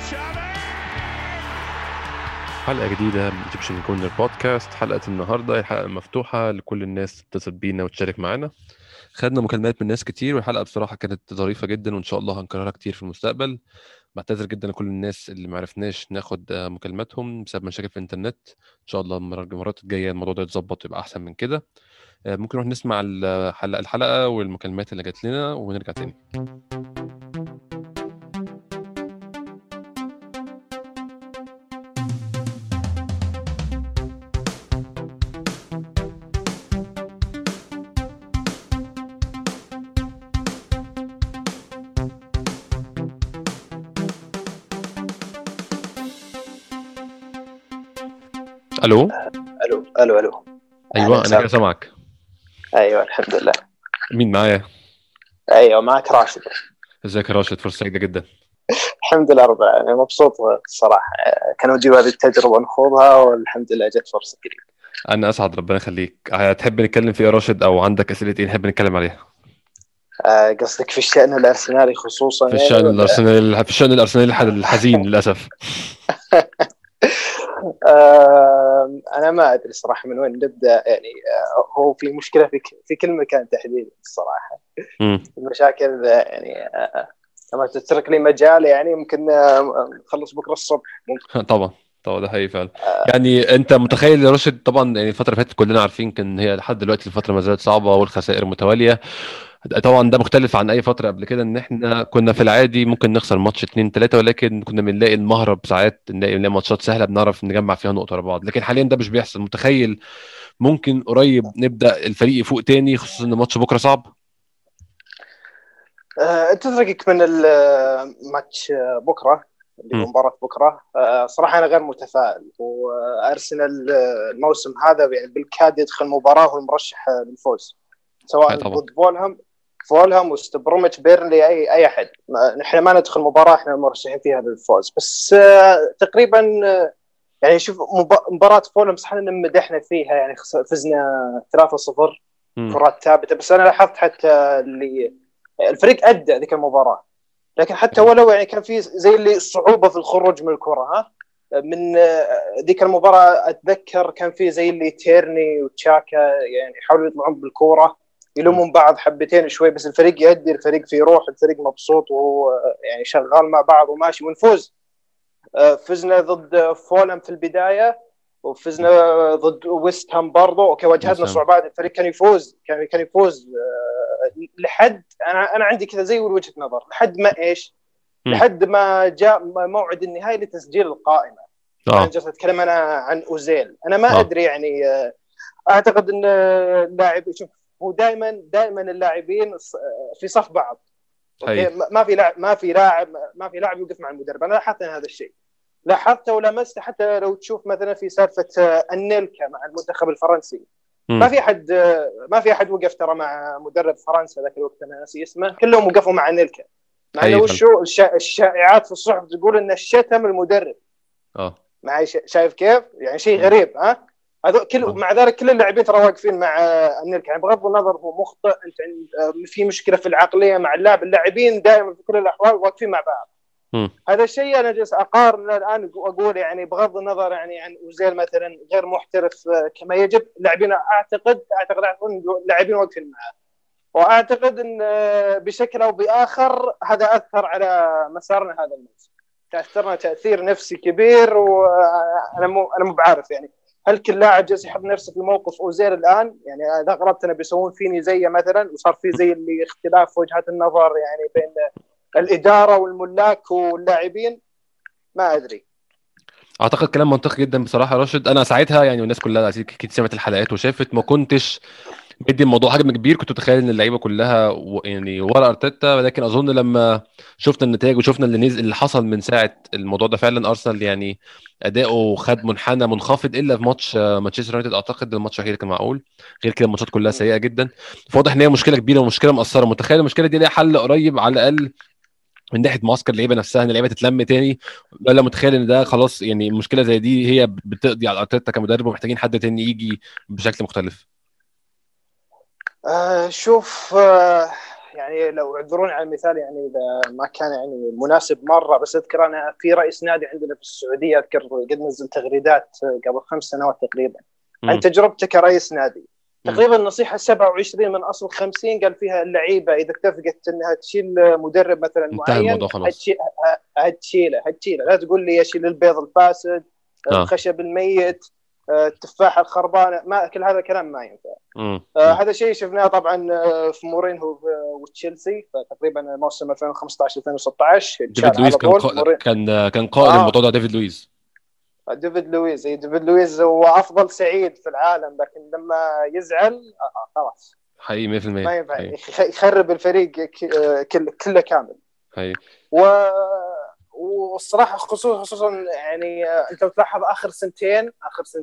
حلقة جديدة من Egyptian Corner بودكاست. حلقة النهاردة هي حلقة مفتوحة لكل الناس تتصل بينا وتشارك معنا. خدنا مكالمات من ناس كتير والحلقة بصراحة كانت ظريفة جدا وإن شاء الله هنكررها كتير في المستقبل. بعتذر جدا لكل الناس اللي معرفناش ناخد مكالماتهم بسبب مشاكل في الإنترنت. إن شاء الله المرات الجاية الموضوع ده يتظبط ويبقى أحسن من كده. ممكن نروح نسمع الحلقة والمكالمات اللي جات لنا ونرجع تاني. ألو. الو. أيوة أنا كده سامعك. ايوه الحمد لله. مين معايا؟ ايوه معك راشد. ازيك يا راشد؟ فرصة سعيدة جدا. الحمد لله رب العالمين، مبسوط الصراحه. كان ودي هذه التجربه نخوضها والحمد لله جت فرصه قريبه. انا اسعد، ربنا يخليك. هتحب نتكلم في ايه يا راشد، او عندك اسئله ايه نحب نتكلم عليها؟ قصدك في الشأن الارسنالي خصوصا في يعني الشأن ولا؟ الارسنالي، في الشأن الارسنالي الحزين للاسف. انا ما ادري صراحه من وين نبدا يعني. هو في مشكله في كل مكان تحديدا الصراحه. المشاكل يعني لما تترك لي مجال يعني ممكن نخلص بكره الصبح ممكن. طبعا ده حقيقي فعلا. يعني انت متخيل يا راشد، طبعا يعني الفتره اللي فاتت كلنا عارفين كان هي لحد دلوقتي الفتره ما زالت صعبه والخسائر متواليه. طبعا ده مختلف عن اي فتره قبل كده، ان احنا كنا في العادي ممكن نخسر ماتش 2 3 ولكن كنا بنلاقي المهرب ساعات، نلاقي ماتشات سهله بنعرف نجمع فيها نقطه ورا بعض. لكن حاليا ده مش بيحصل. متخيل ممكن قريب نبدا الفريق يفوق تاني، خصوصا ان ماتش بكره صعب. انت ترقك من الماتش بكره اللي هو مباراة بكرة. صراحة أنا غير متفائل، وأرسنال الموسم هذا يعني بالكاد يدخل مباراة هو المرشح للفوز، سواء طبعا. ضد فولهام وست بروميتش بيرنلي أي أحد. نحن ما ندخل مباراة إحنا مرشحين فيها للفوز، بس تقريبا يعني شوف مباراة فولهام صح إن مدحنا فيها يعني فزنا 3-0 كرات ثابتة، بس أنا لاحظت حتى اللي الفريق أدى ذيك المباراة، لكن حتى ولو يعني كان في زي اللي صعوبة في الخروج من الكرة. من ذيك المباراة أتذكر كان في زي اللي تيرني وتشاكا يعني يحاولوا يطلعون بالكرة يلومون بعض حبتين شوي، بس الفريق يؤدي، الفريق في روح، الفريق مبسوط وهو يعني شغال مع بعض وماشي ونفوز. فزنا ضد فولهام في البداية، وفزنا ضد ويست هام برضو. اوكي واجهتنا صعوبات، الفريق كان يفوز لحد انا عندي كذا زي وجهة نظر لحد ما ايش لحد ما جاء موعد النهائي لتسجيل القائمة. انا جالس اتكلم انا عن اوزيل. انا ما ادري يعني اعتقد ان اللاعب شوف هو دائما اللاعبين في صف بعض. اوكي ما في لاعب يوقف مع المدرب. انا لاحظت هذا الشيء، لاحظته ولمسته. حتى لو تشوف مثلا في سالفه النيلكا مع المنتخب الفرنسي، ما في احد وقف ترى مع مدرب فرنسا ذاك الوقت، انا ناسي اسمه، كلهم وقفوا مع النيلكا، مع انه وشو الشائعات في الصحف تقول ان الشتم المدرب. معي شايف كيف يعني شيء غريب. هذا مع ذلك كل اللاعبين ترى واقفين مع النيلكا، يعني بغض النظر هو مخطئ، انت في مشكله في العقليه مع اللاعبين دائما في كل الاحوال واقفين مع بعض. هذا الشيء انا جالس اقارن الان اقول يعني بغض النظر يعني عن اوزيل مثلا غير محترف كما يجب، اللاعبين اعتقد ان اللاعبين واقفين معه، واعتقد ان بشكل او باخر هذا اثر على مسارنا هذا الموسم، تاثرنا تاثير نفسي كبير. وانا مو بعارف يعني هل كل لاعب جالس يحط نفسه في موقف اوزيل الان، يعني اذا غلطت انا بيسوون فيني زيه مثلا، وصار في زي اللي اختلاف وجهات النظر يعني بين الإدارة والملاك واللاعبين. ما أدري. اعتقد كلام منطقي جدا بصراحه يا راشد. انا ساعتها يعني والناس كلها اكيد سمعت الحلقات وشافت، ما كنتش بدي الموضوع حجم كبير. كنت متخيل ان اللعيبه كلها يعني ورا ارتيتا، ولكن اظن لما شفنا النتائج وشفنا اللي حصل من ساعه الموضوع ده، فعلا ارسنال يعني اداؤه خد منحنى منخفض الا في ماتش مانشستر يونايتد. اعتقد الماتش الوحيد اللي كان معقول، غير كده الماتشات كلها سيئه جدا. فواضح ان هي مشكله كبيره ومشكله مؤثره. متخيل المشكله دي ليها حل قريب على الاقل من ناحيه معسكر اللعيبه نفسها، ان اللعيبه تتلم تاني، ولا متخيل ان ده خلاص يعني مشكله زي دي هي بتقضي على ارتيتا كمدرب ومحتاجين حد تاني يجي بشكل مختلف؟ شوف يعني لو اعذروني على المثال، يعني اذا ما كان يعني مناسب مره، بس اذكر انا في رئيس نادي عندنا في السعوديه، اذكر قد نزل تغريدات قبل 5 سنوات تقريبا عن تجربته كرئيس نادي. تقريبا نصيحه 27 من اصل 50 قال فيها اللعيبه اذا اتفقت انها تشيل مدرب مثلا معين هتشيله. لا تقول لي اشيل البيض الفاسد، الخشب الميت، التفاحه الخربانه، ما كل هذا الكلام ما ينفع. هذا شيء شفناه طبعا في مورينهو وتشيلسي فتقريبا موسم 2015 2016. ديفيد لويز كان قائد الموضوع ده. ديفيد لويز هو افضل سعيد في العالم، لكن لما يزعل خلاص حقيقي 100% ما ينفع يخرب الفريق كله كامل. حقيقي. والصراحه خصوصا يعني انت بتلاحظ اخر سنتين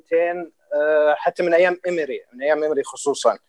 حتى من ايام إيمري خصوصا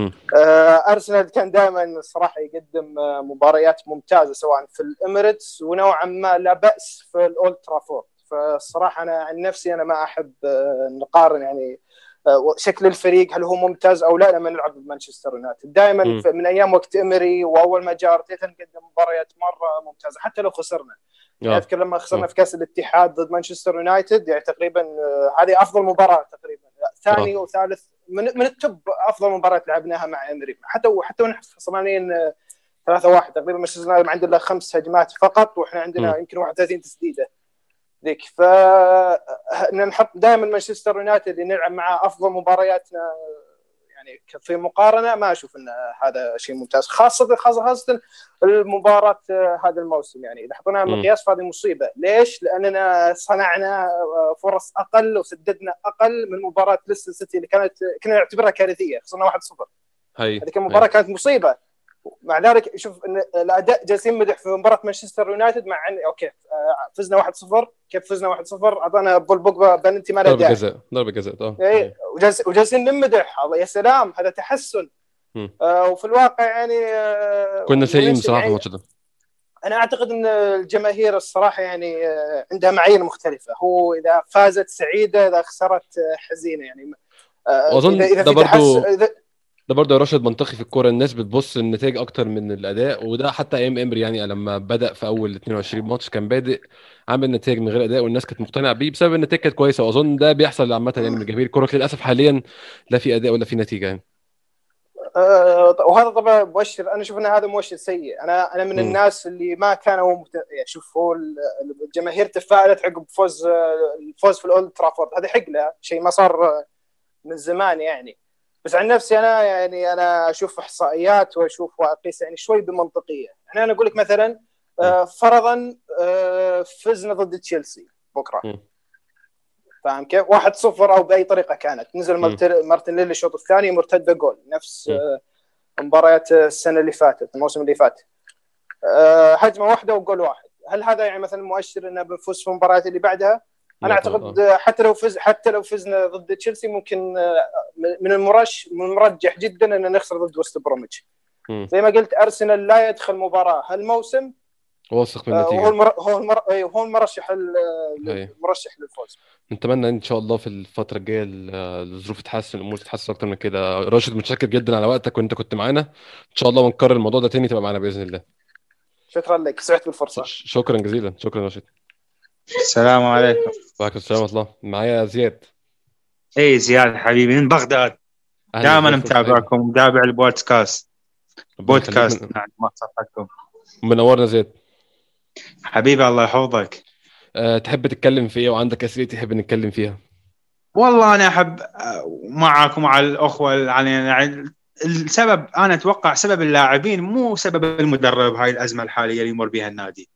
ارسنال كان دائما الصراحه يقدم مباريات ممتازه سواء في الاميريتس ونوعا ما لا باس في الاولد ترافورد. فالصراحه انا عن نفسي انا ما احب نقارن يعني شكل الفريق هل هو ممتاز او لا لما نلعب بمانشستر يونايتد. دائما من ايام وقت إمري واول ما جاء أرتيتا نقدم مباريات مره ممتازه حتى لو خسرنا. اذكر لما خسرنا في كاس الاتحاد ضد مانشستر يونايتد، يعني تقريبا هذه افضل مباراه تقريبا، ثاني وثالث من التوب افضل مباراه لعبناها مع إمري. حتى ونحن خسرانين 3-1 تقريبا، مانشستر يونايتد عندنا 5 هجمات فقط واحنا عندنا يمكن 31 تسديده ذيك. فنحط دائما مانشستر يونايتد اللي نلعب معاه افضل مبارياتنا، يعني في مقارنه ما اشوف ان هذا شيء ممتاز، خاصه المباراه هذا الموسم. يعني اذا حطيناها مقياس فهذه مصيبه. ليش؟ لاننا صنعنا فرص اقل وسددنا اقل من مباراه ليستر سيتي اللي كنا نعتبرها كارثيه، خسرنا 1-0. هذه المباراه كانت مصيبه. مع ذلك شوف ان الاداء جالسين مدح في مباراه مانشستر يونايتد، مع ان اوكي فزنا 1-0. كيف فزنا 1-0؟ اعطانا بول بوجبا بلنتي ما له داعي، ضربه جزاء وجالسين نمدح يا سلام هذا تحسن. وفي الواقع يعني كنا سيئين بصراحه الماتش ده. انا اعتقد ان الجماهير الصراحه يعني عندها معايير مختلفه. هو اذا فازت سعيده، اذا خسرت حزينه. يعني اظن ده برضه يا راشد منطقي في الكوره. الناس بتبص النتائج اكتر من الاداء، وده حتى ايام إمري يعني لما بدا في اول 22 ماتش كان بادئ عامل نتائج من غير اداء والناس كانت مقتنعه بيه بسبب النتائج كانت كويسه. واظن ده بيحصل عامه يعني من جماهير الكوره للاسف حاليا، لا في اداء ولا في نتيجه يعني. وهذا طبعا مؤشر. انا اشوف ان هذا مؤشر سيء. انا من الناس اللي ما كانوا شوف هو الجماهير تفائلت عقب الفوز في الاولد ترافورد. هذا حقله شيء ما صار من زمان يعني. بس عن نفسي انا اشوف احصائيات واشوف واقيس يعني شوي بمنطقيه. يعني انا اقول لك مثلا فرضا فزنا ضد تشيلسي بكره، فاهم كيف؟ 1-0 او باي طريقه كانت، نزل مارتينيلي الشوط الثاني مرتده جول نفس مباريات السنه اللي فاتت، الموسم اللي فات، هجمه واحده وجول واحد. هل هذا يعني مثلا مؤشر انه بنفوز في المباريات اللي بعدها؟ انا اعتقد حتى لو فزنا ضد تشيلسي ممكن من المرجح جدا ان نخسر ضد وست بروميتش. زي ما قلت ارسنال لا يدخل مباراه هالموسم واثق من النتيجه. هو المرشح للفوز. نتمنى ان شاء الله في الفتره الجايه الظروف تتحسن، الامور تتحسن اكتر من كده. راشد متشكر جدا على وقتك وانت كنت معانا. ان شاء الله ونكرر الموضوع ده تاني تبقى معانا باذن الله. شكرا لك، سعدت بالفرصه. شكرا جزيلا. شكرا راشد. السلام عليكم. وعليكم السلام ورحمه الله. معايا زياد. زياد حبيبي من بغداد. دائما متابعكم ومتابع البودكاست. يعني ما صفحتكم. منورنا زياد حبيبي. الله يحفظك. تحب تتكلم في ايه وعندك اسئله تحب نتكلم فيها؟ والله انا احب معكم ومع الاخوه يعني السبب انا اتوقع سبب اللاعبين مو سبب المدرب. هاي الازمه الحاليه اللي يمر بها النادي.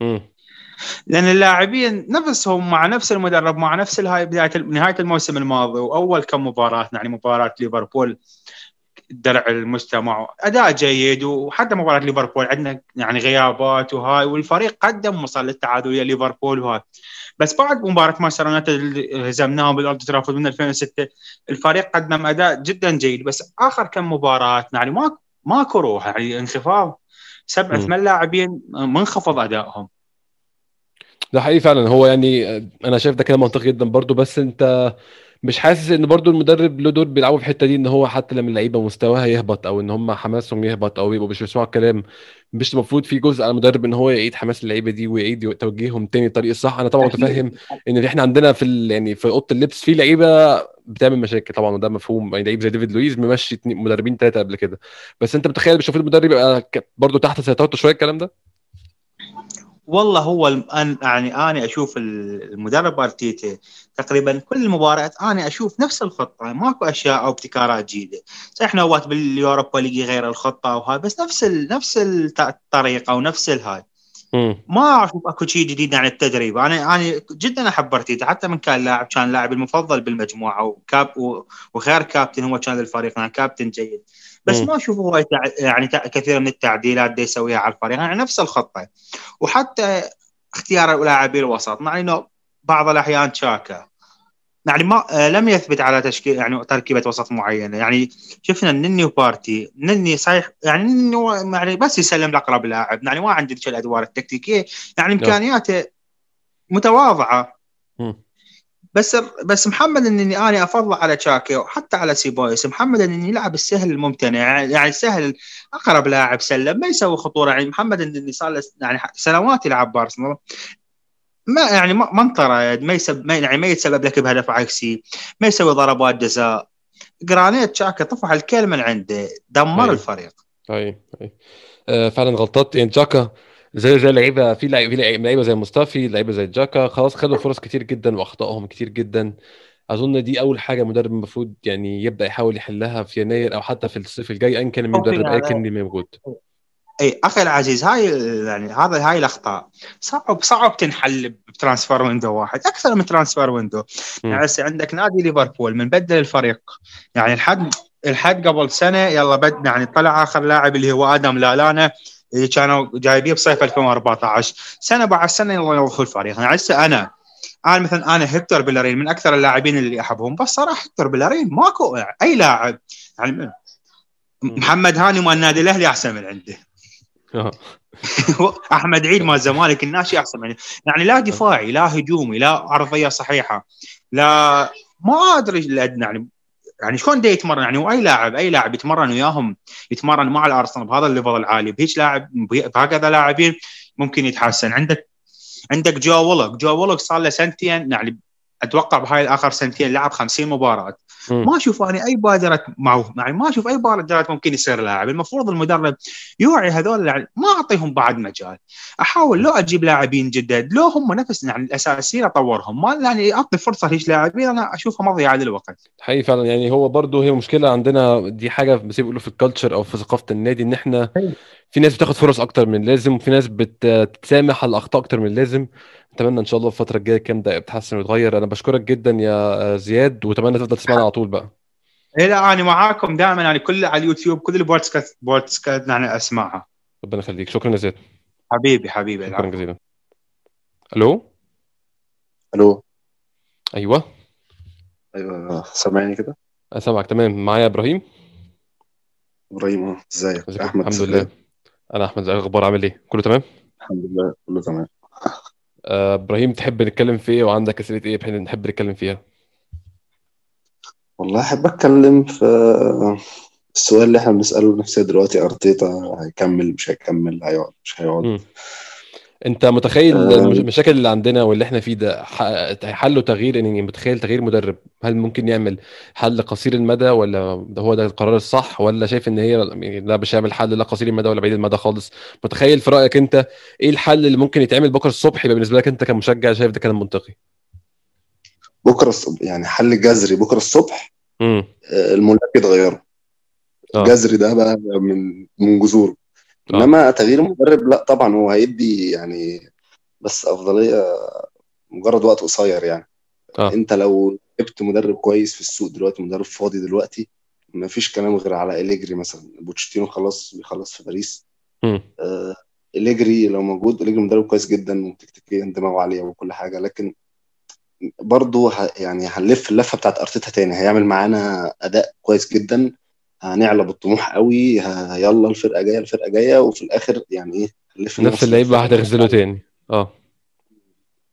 لان اللاعبين نفسهم مع نفس المدرب مع نفس هاي بدايه نهايه الموسم الماضي واول كم مباراه، يعني مباراه ليفربول درع المستمع اداء جيد، وحتى مباراه ليفربول عندنا يعني غيابات وهاي، والفريق قدم وصل للتعادل يا ليفربول وهاي. بس بعد مباراه مانشستر يونايتد هزمناهم بالاولد ترافورد من 2006 الفريق قدم اداء جدا جيد. بس اخر كم مباراه يعني ماكو روح، يعني انخفاض. 7-8 لاعبين منخفض ادائهم. ده حقيقي فعلا. هو يعني انا شايف ده كلام منطقي جدا برضو، بس انت مش حاسس ان برضو المدرب له دور بيلعبوا في الحته دي، ان هو حتى لما اللعيبه مستواها يهبط او ان هم حماسهم يهبط او يبقوا مش بيسمعوا الكلام، مش المفروض في جزء على المدرب ان هو يعيد حماس اللعيبه دي ويعيد توجيههم تاني الطريق الصح؟ انا طبعا اكيد. متفهم ان احنا عندنا في يعني في اوضه اللبس في لعيبه بتعمل مشاكل طبعا، وده مفهوم. يعني لعيب زي ديفيد لويز ممشي مدربين ثلاثه قبل كده، بس انت متخيل مش المفروض المدرب يبقى برضو تحت سيطرته شويه الكلام ده؟ والله هو يعني انا اشوف المدرب ارتيتا تقريبا كل المباريات انا اشوف نفس الخطه، ماكو اشياء او ابتكارات جديده. احنا اوقات باليوروبا ليجي غير الخطه وهاي، بس نفس الطريقه ونفس الهاي. ما اشوف اكو شيء جديد عن التدريب. انا جدا احب ارتيتا، حتى من كان لاعب المفضل بالمجموعه وخير كابتن، هو كان للفريق يعني كابتن جيد. بس ما اشوف هو يعني كثير من التعديلات دي يسويها على الفريق، يعني نفس الخطه. وحتى اختيار لاعبي الوسط، مع انه بعض الاحيان شاكا يعني ما لم يثبت على تشكيل يعني تركيبه وسط معينه. يعني شفنا النني وبارتي، النني صحيح يعني يعني بس يسلم لاقرب لاعب، يعني ما عنده الادوار التكتيكيه، يعني امكانياته متواضعه. بس محمد النني انا افضل على تشاكي وحتى على سيبايوس. محمد النني يلعب السهل الممتنع، يعني سهل، اقرب لاعب سلم، ما يسوي خطوره. يعني محمد النني صار له يعني سنوات يلعب بارسنال، ما يعني منطره، ما يتسبب لك بهدف عكسي، ما يسوي ضربات جزاء. جرانيت تشاكا طفح الكل من عنده، دمر الفريق. اي فعلا غلطات يعني جاكا، زي لعيبه في لعيبه زي مصطفي، لعيبه زي جاكا خلاص خدوا فرص كتير جدا واخطائهم كتير جدا. اظن دي اول حاجه مدرب المفروض يعني يبدا يحاول يحلها في يناير او حتى في الصيف الجاي، ايا كان المدرب ايا كان اللي موجود. اي اخي العزيز، هاي يعني هاي الاخطاء صعب تنحل بترانسفير ويندو واحد، اكثر من ترانسفير ويندو. يعني عندك نادي ليفربول من بدل الفريق، يعني الحد قبل سنه يلا يعني طلع اخر لاعب اللي هو ادم لالانا، اللي كانوا جايبيه بصيف 2014. سنه بعد سنه يلا يروحوا الفريق. يعني هسه انا مثلا هيكتور بيلارين من اكثر اللاعبين اللي احبهم، بس صراحه هيكتور بيلارين ماكو اي لاعب يعني. محمد هاني مال النادي الاهلي احسن من عنده. احمد عيد مال الزمالك الناشئ احسن منه. يعني لا دفاعي لا هجومي لا عرضيه صحيحه، لا ما ادري يعني شلون دا يتمرن. يعني واي لاعب يتمرن وياهم، يتمرن مع الارسنال بهذا الليفل العالي بهيج لاعب بهكذا لاعبين ممكن يتحسن. عندك جو وولك صار له سنتين، يعني اتوقع بهاي الاخر سنتين لعب 50 مباراه. ما اشوف انا اي بادره معه، يعني ما اشوف اي بادره ممكن يصير لاعب. المفروض المدرب يوعي هذول، يعني ما اعطيهم بعد مجال، احاول لو اجيب لاعبين جدد لو هم نفس يعني الاساسيين اطورهم، ما يعني اعطي فرصه ليش لاعبين انا اشوفها مضيعه للوقت. حقيقي فعلا. يعني هو برضه هي مشكله عندنا، دي حاجه بس بيقولوا في الكالتشر او في ثقافه النادي، ان احنا في ناس بتاخد فرص اكتر من اللازم، وفي ناس بتسامح على الاخطاء اكتر من اللازم. اتمنى ان شاء الله الفتره الجايه الكلام ده يتحسن ويتغير. انا بشكرك جدا يا زياد، واتمنى تفضل تسمعنا على طول بقى. إيه لا انا معاكم دائما، يعني كل على اليوتيوب كل البودكاست يعني اسمعها. ربنا يخليك، شكرا يا زياد. حبيبي شكرا العفو. جزيلا. الو. الو. ايوه. ايوه سامعني كده. سامعك تمام. معايا ابراهيم. ابراهيم، ازيك ازيك؟ احمد؟ الحمد لله. انا احمد، ازيك؟ الاخبار عامل ايه؟ كله تمام؟ الحمد لله كله تمام. ابراهيم، تحب نتكلم في ايه وعندك اسئله ايه بحيث نحب نتكلم فيها؟ والله احب اتكلم في السؤال اللي احنا بنساله لنفسنا دلوقتي: ارتيتا هيكمل مش هيكمل، هيقعد مش هيقعد؟ انت متخيل أه المشاكل اللي عندنا واللي احنا فيه ده حله تغيير؟ يعني متخيل تغيير مدرب هل ممكن يعمل حل قصير المدى، ولا ده هو ده القرار الصح، ولا شايف ان هي يعني لا مش هيعمل حل لا قصير المدى ولا بعيد المدى خالص؟ متخيل في رأيك انت ايه الحل اللي ممكن يتعمل بكره الصبح يبقى بالنسبه لك انت كمشجع شايف ده كلام منطقي؟ بكره الصبح يعني حل جذري بكره الصبح. امم الملاك يتغيروا. الجذري ده بقى من جذوره. انما تغيير المدرب لا طبعا هو هيدي يعني بس افضليه مجرد وقت قصير يعني. انت لو جبت مدرب كويس في السوق دلوقتي، مدرب فاضي دلوقتي، ما فيش كلام غير على إليجري مثلا. بوتشيتينو خلاص بيخلص في باريس. إليجري لو موجود، إليجري مدرب كويس جدا تكتيكيا، دماغه عاليه وكل حاجه، لكن برضه يعني هنلف اللفه بتاعت ارتيتا تاني، هيعمل معانا اداء كويس جدا، هنعلى بالطموح قوي، يلا الفرقه جايه وفي الاخر يعني ايه، هنلف نفس نفس اللعيبه اللفه. هتغزله تاني.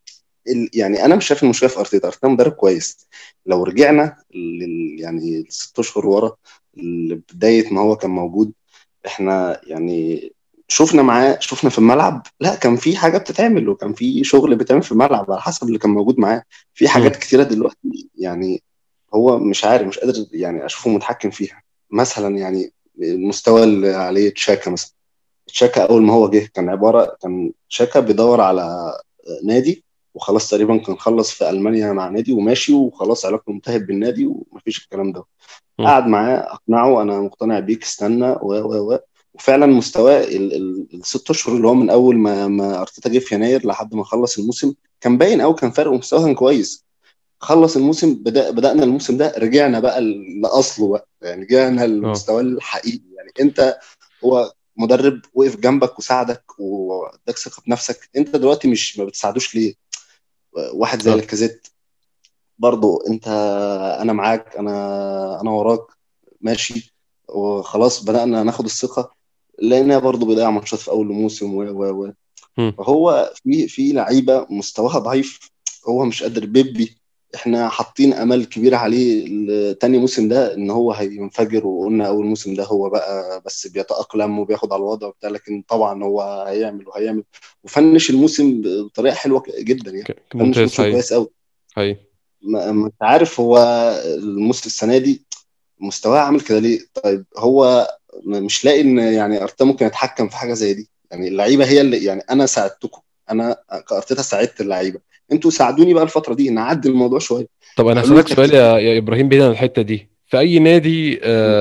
يعني انا مش شايف المشكله في ارتيتا مدرب كويس. لو رجعنا يعني 6 اشهر ورا بدايه ما هو كان موجود، احنا يعني شفنا معاه، شفنا في الملعب لا كان في حاجه بتتعمل، وكان في شغل بيتعمل في الملعب على حسب اللي كان موجود معاه. في حاجات كتيره دلوقتي يعني هو مش عارف، مش قادر يعني اشوفه متحكم فيها. مثلا يعني المستوى اللي عليه تشاكا مثلا. تشاكا اول ما هو جه كان تشاكا بيدور على نادي وخلاص، تقريبا كان خلص في المانيا مع نادي وماشي وخلاص، علاقته انتهت بالنادي ومفيش الكلام ده. قعد معاه اقنعه انا مقتنع بيك استنى و وفعلا مستواه الست اشهر اللي هو من اول ما ارتيتا جه في يناير لحد ما خلص الموسم كان باين قوي، كان فرق ومستواه كان كويس. خلص الموسم، بدأنا الموسم ده رجعنا بقى لاصله بقى، يعني رجعنا للمستوى الحقيقي. يعني انت هو مدرب وقف جنبك وساعدك واداك ثقه بنفسك، انت دلوقتي مش ما بتساعدوش ليه؟ واحد زي لاكازيت برضو انت، انا معاك، انا وراك ماشي، وخلاص بدأنا ناخد الثقة، لأنها برضو بيضيع ماتشات في أول الموسم و فهو في لعيبة مستواها ضعيف، هو مش قادر. بيبي احنا حاطين امل كبير عليه تاني موسم ده ان هو هينفجر، وقلنا اول موسم ده هو بقى بس بيتأقلم وبياخد على الوضع وبتاع، لكن طبعا هو هيعمل وفنش الموسم بطريقة حلوة جدا يعني. فنش ممتاز. الموسم كويس قوي. هاي ما انت عارف هو الموسم السنه دي مستواه عامل كده ليه؟ طيب هو مش لاقي ان يعني ارتيتا ممكن يتحكم في حاجه زي دي؟ يعني اللعيبه هي اللي يعني انا ساعدتكم، انا كارتيتا ساعدت اللعيبه، انتوا ساعدوني بقى الفتره دي نعدي الموضوع شويه. طب انا حلول هسألك سؤال تكتيكيه. يا ابراهيم، بعيد عن الحته دي، في اي نادي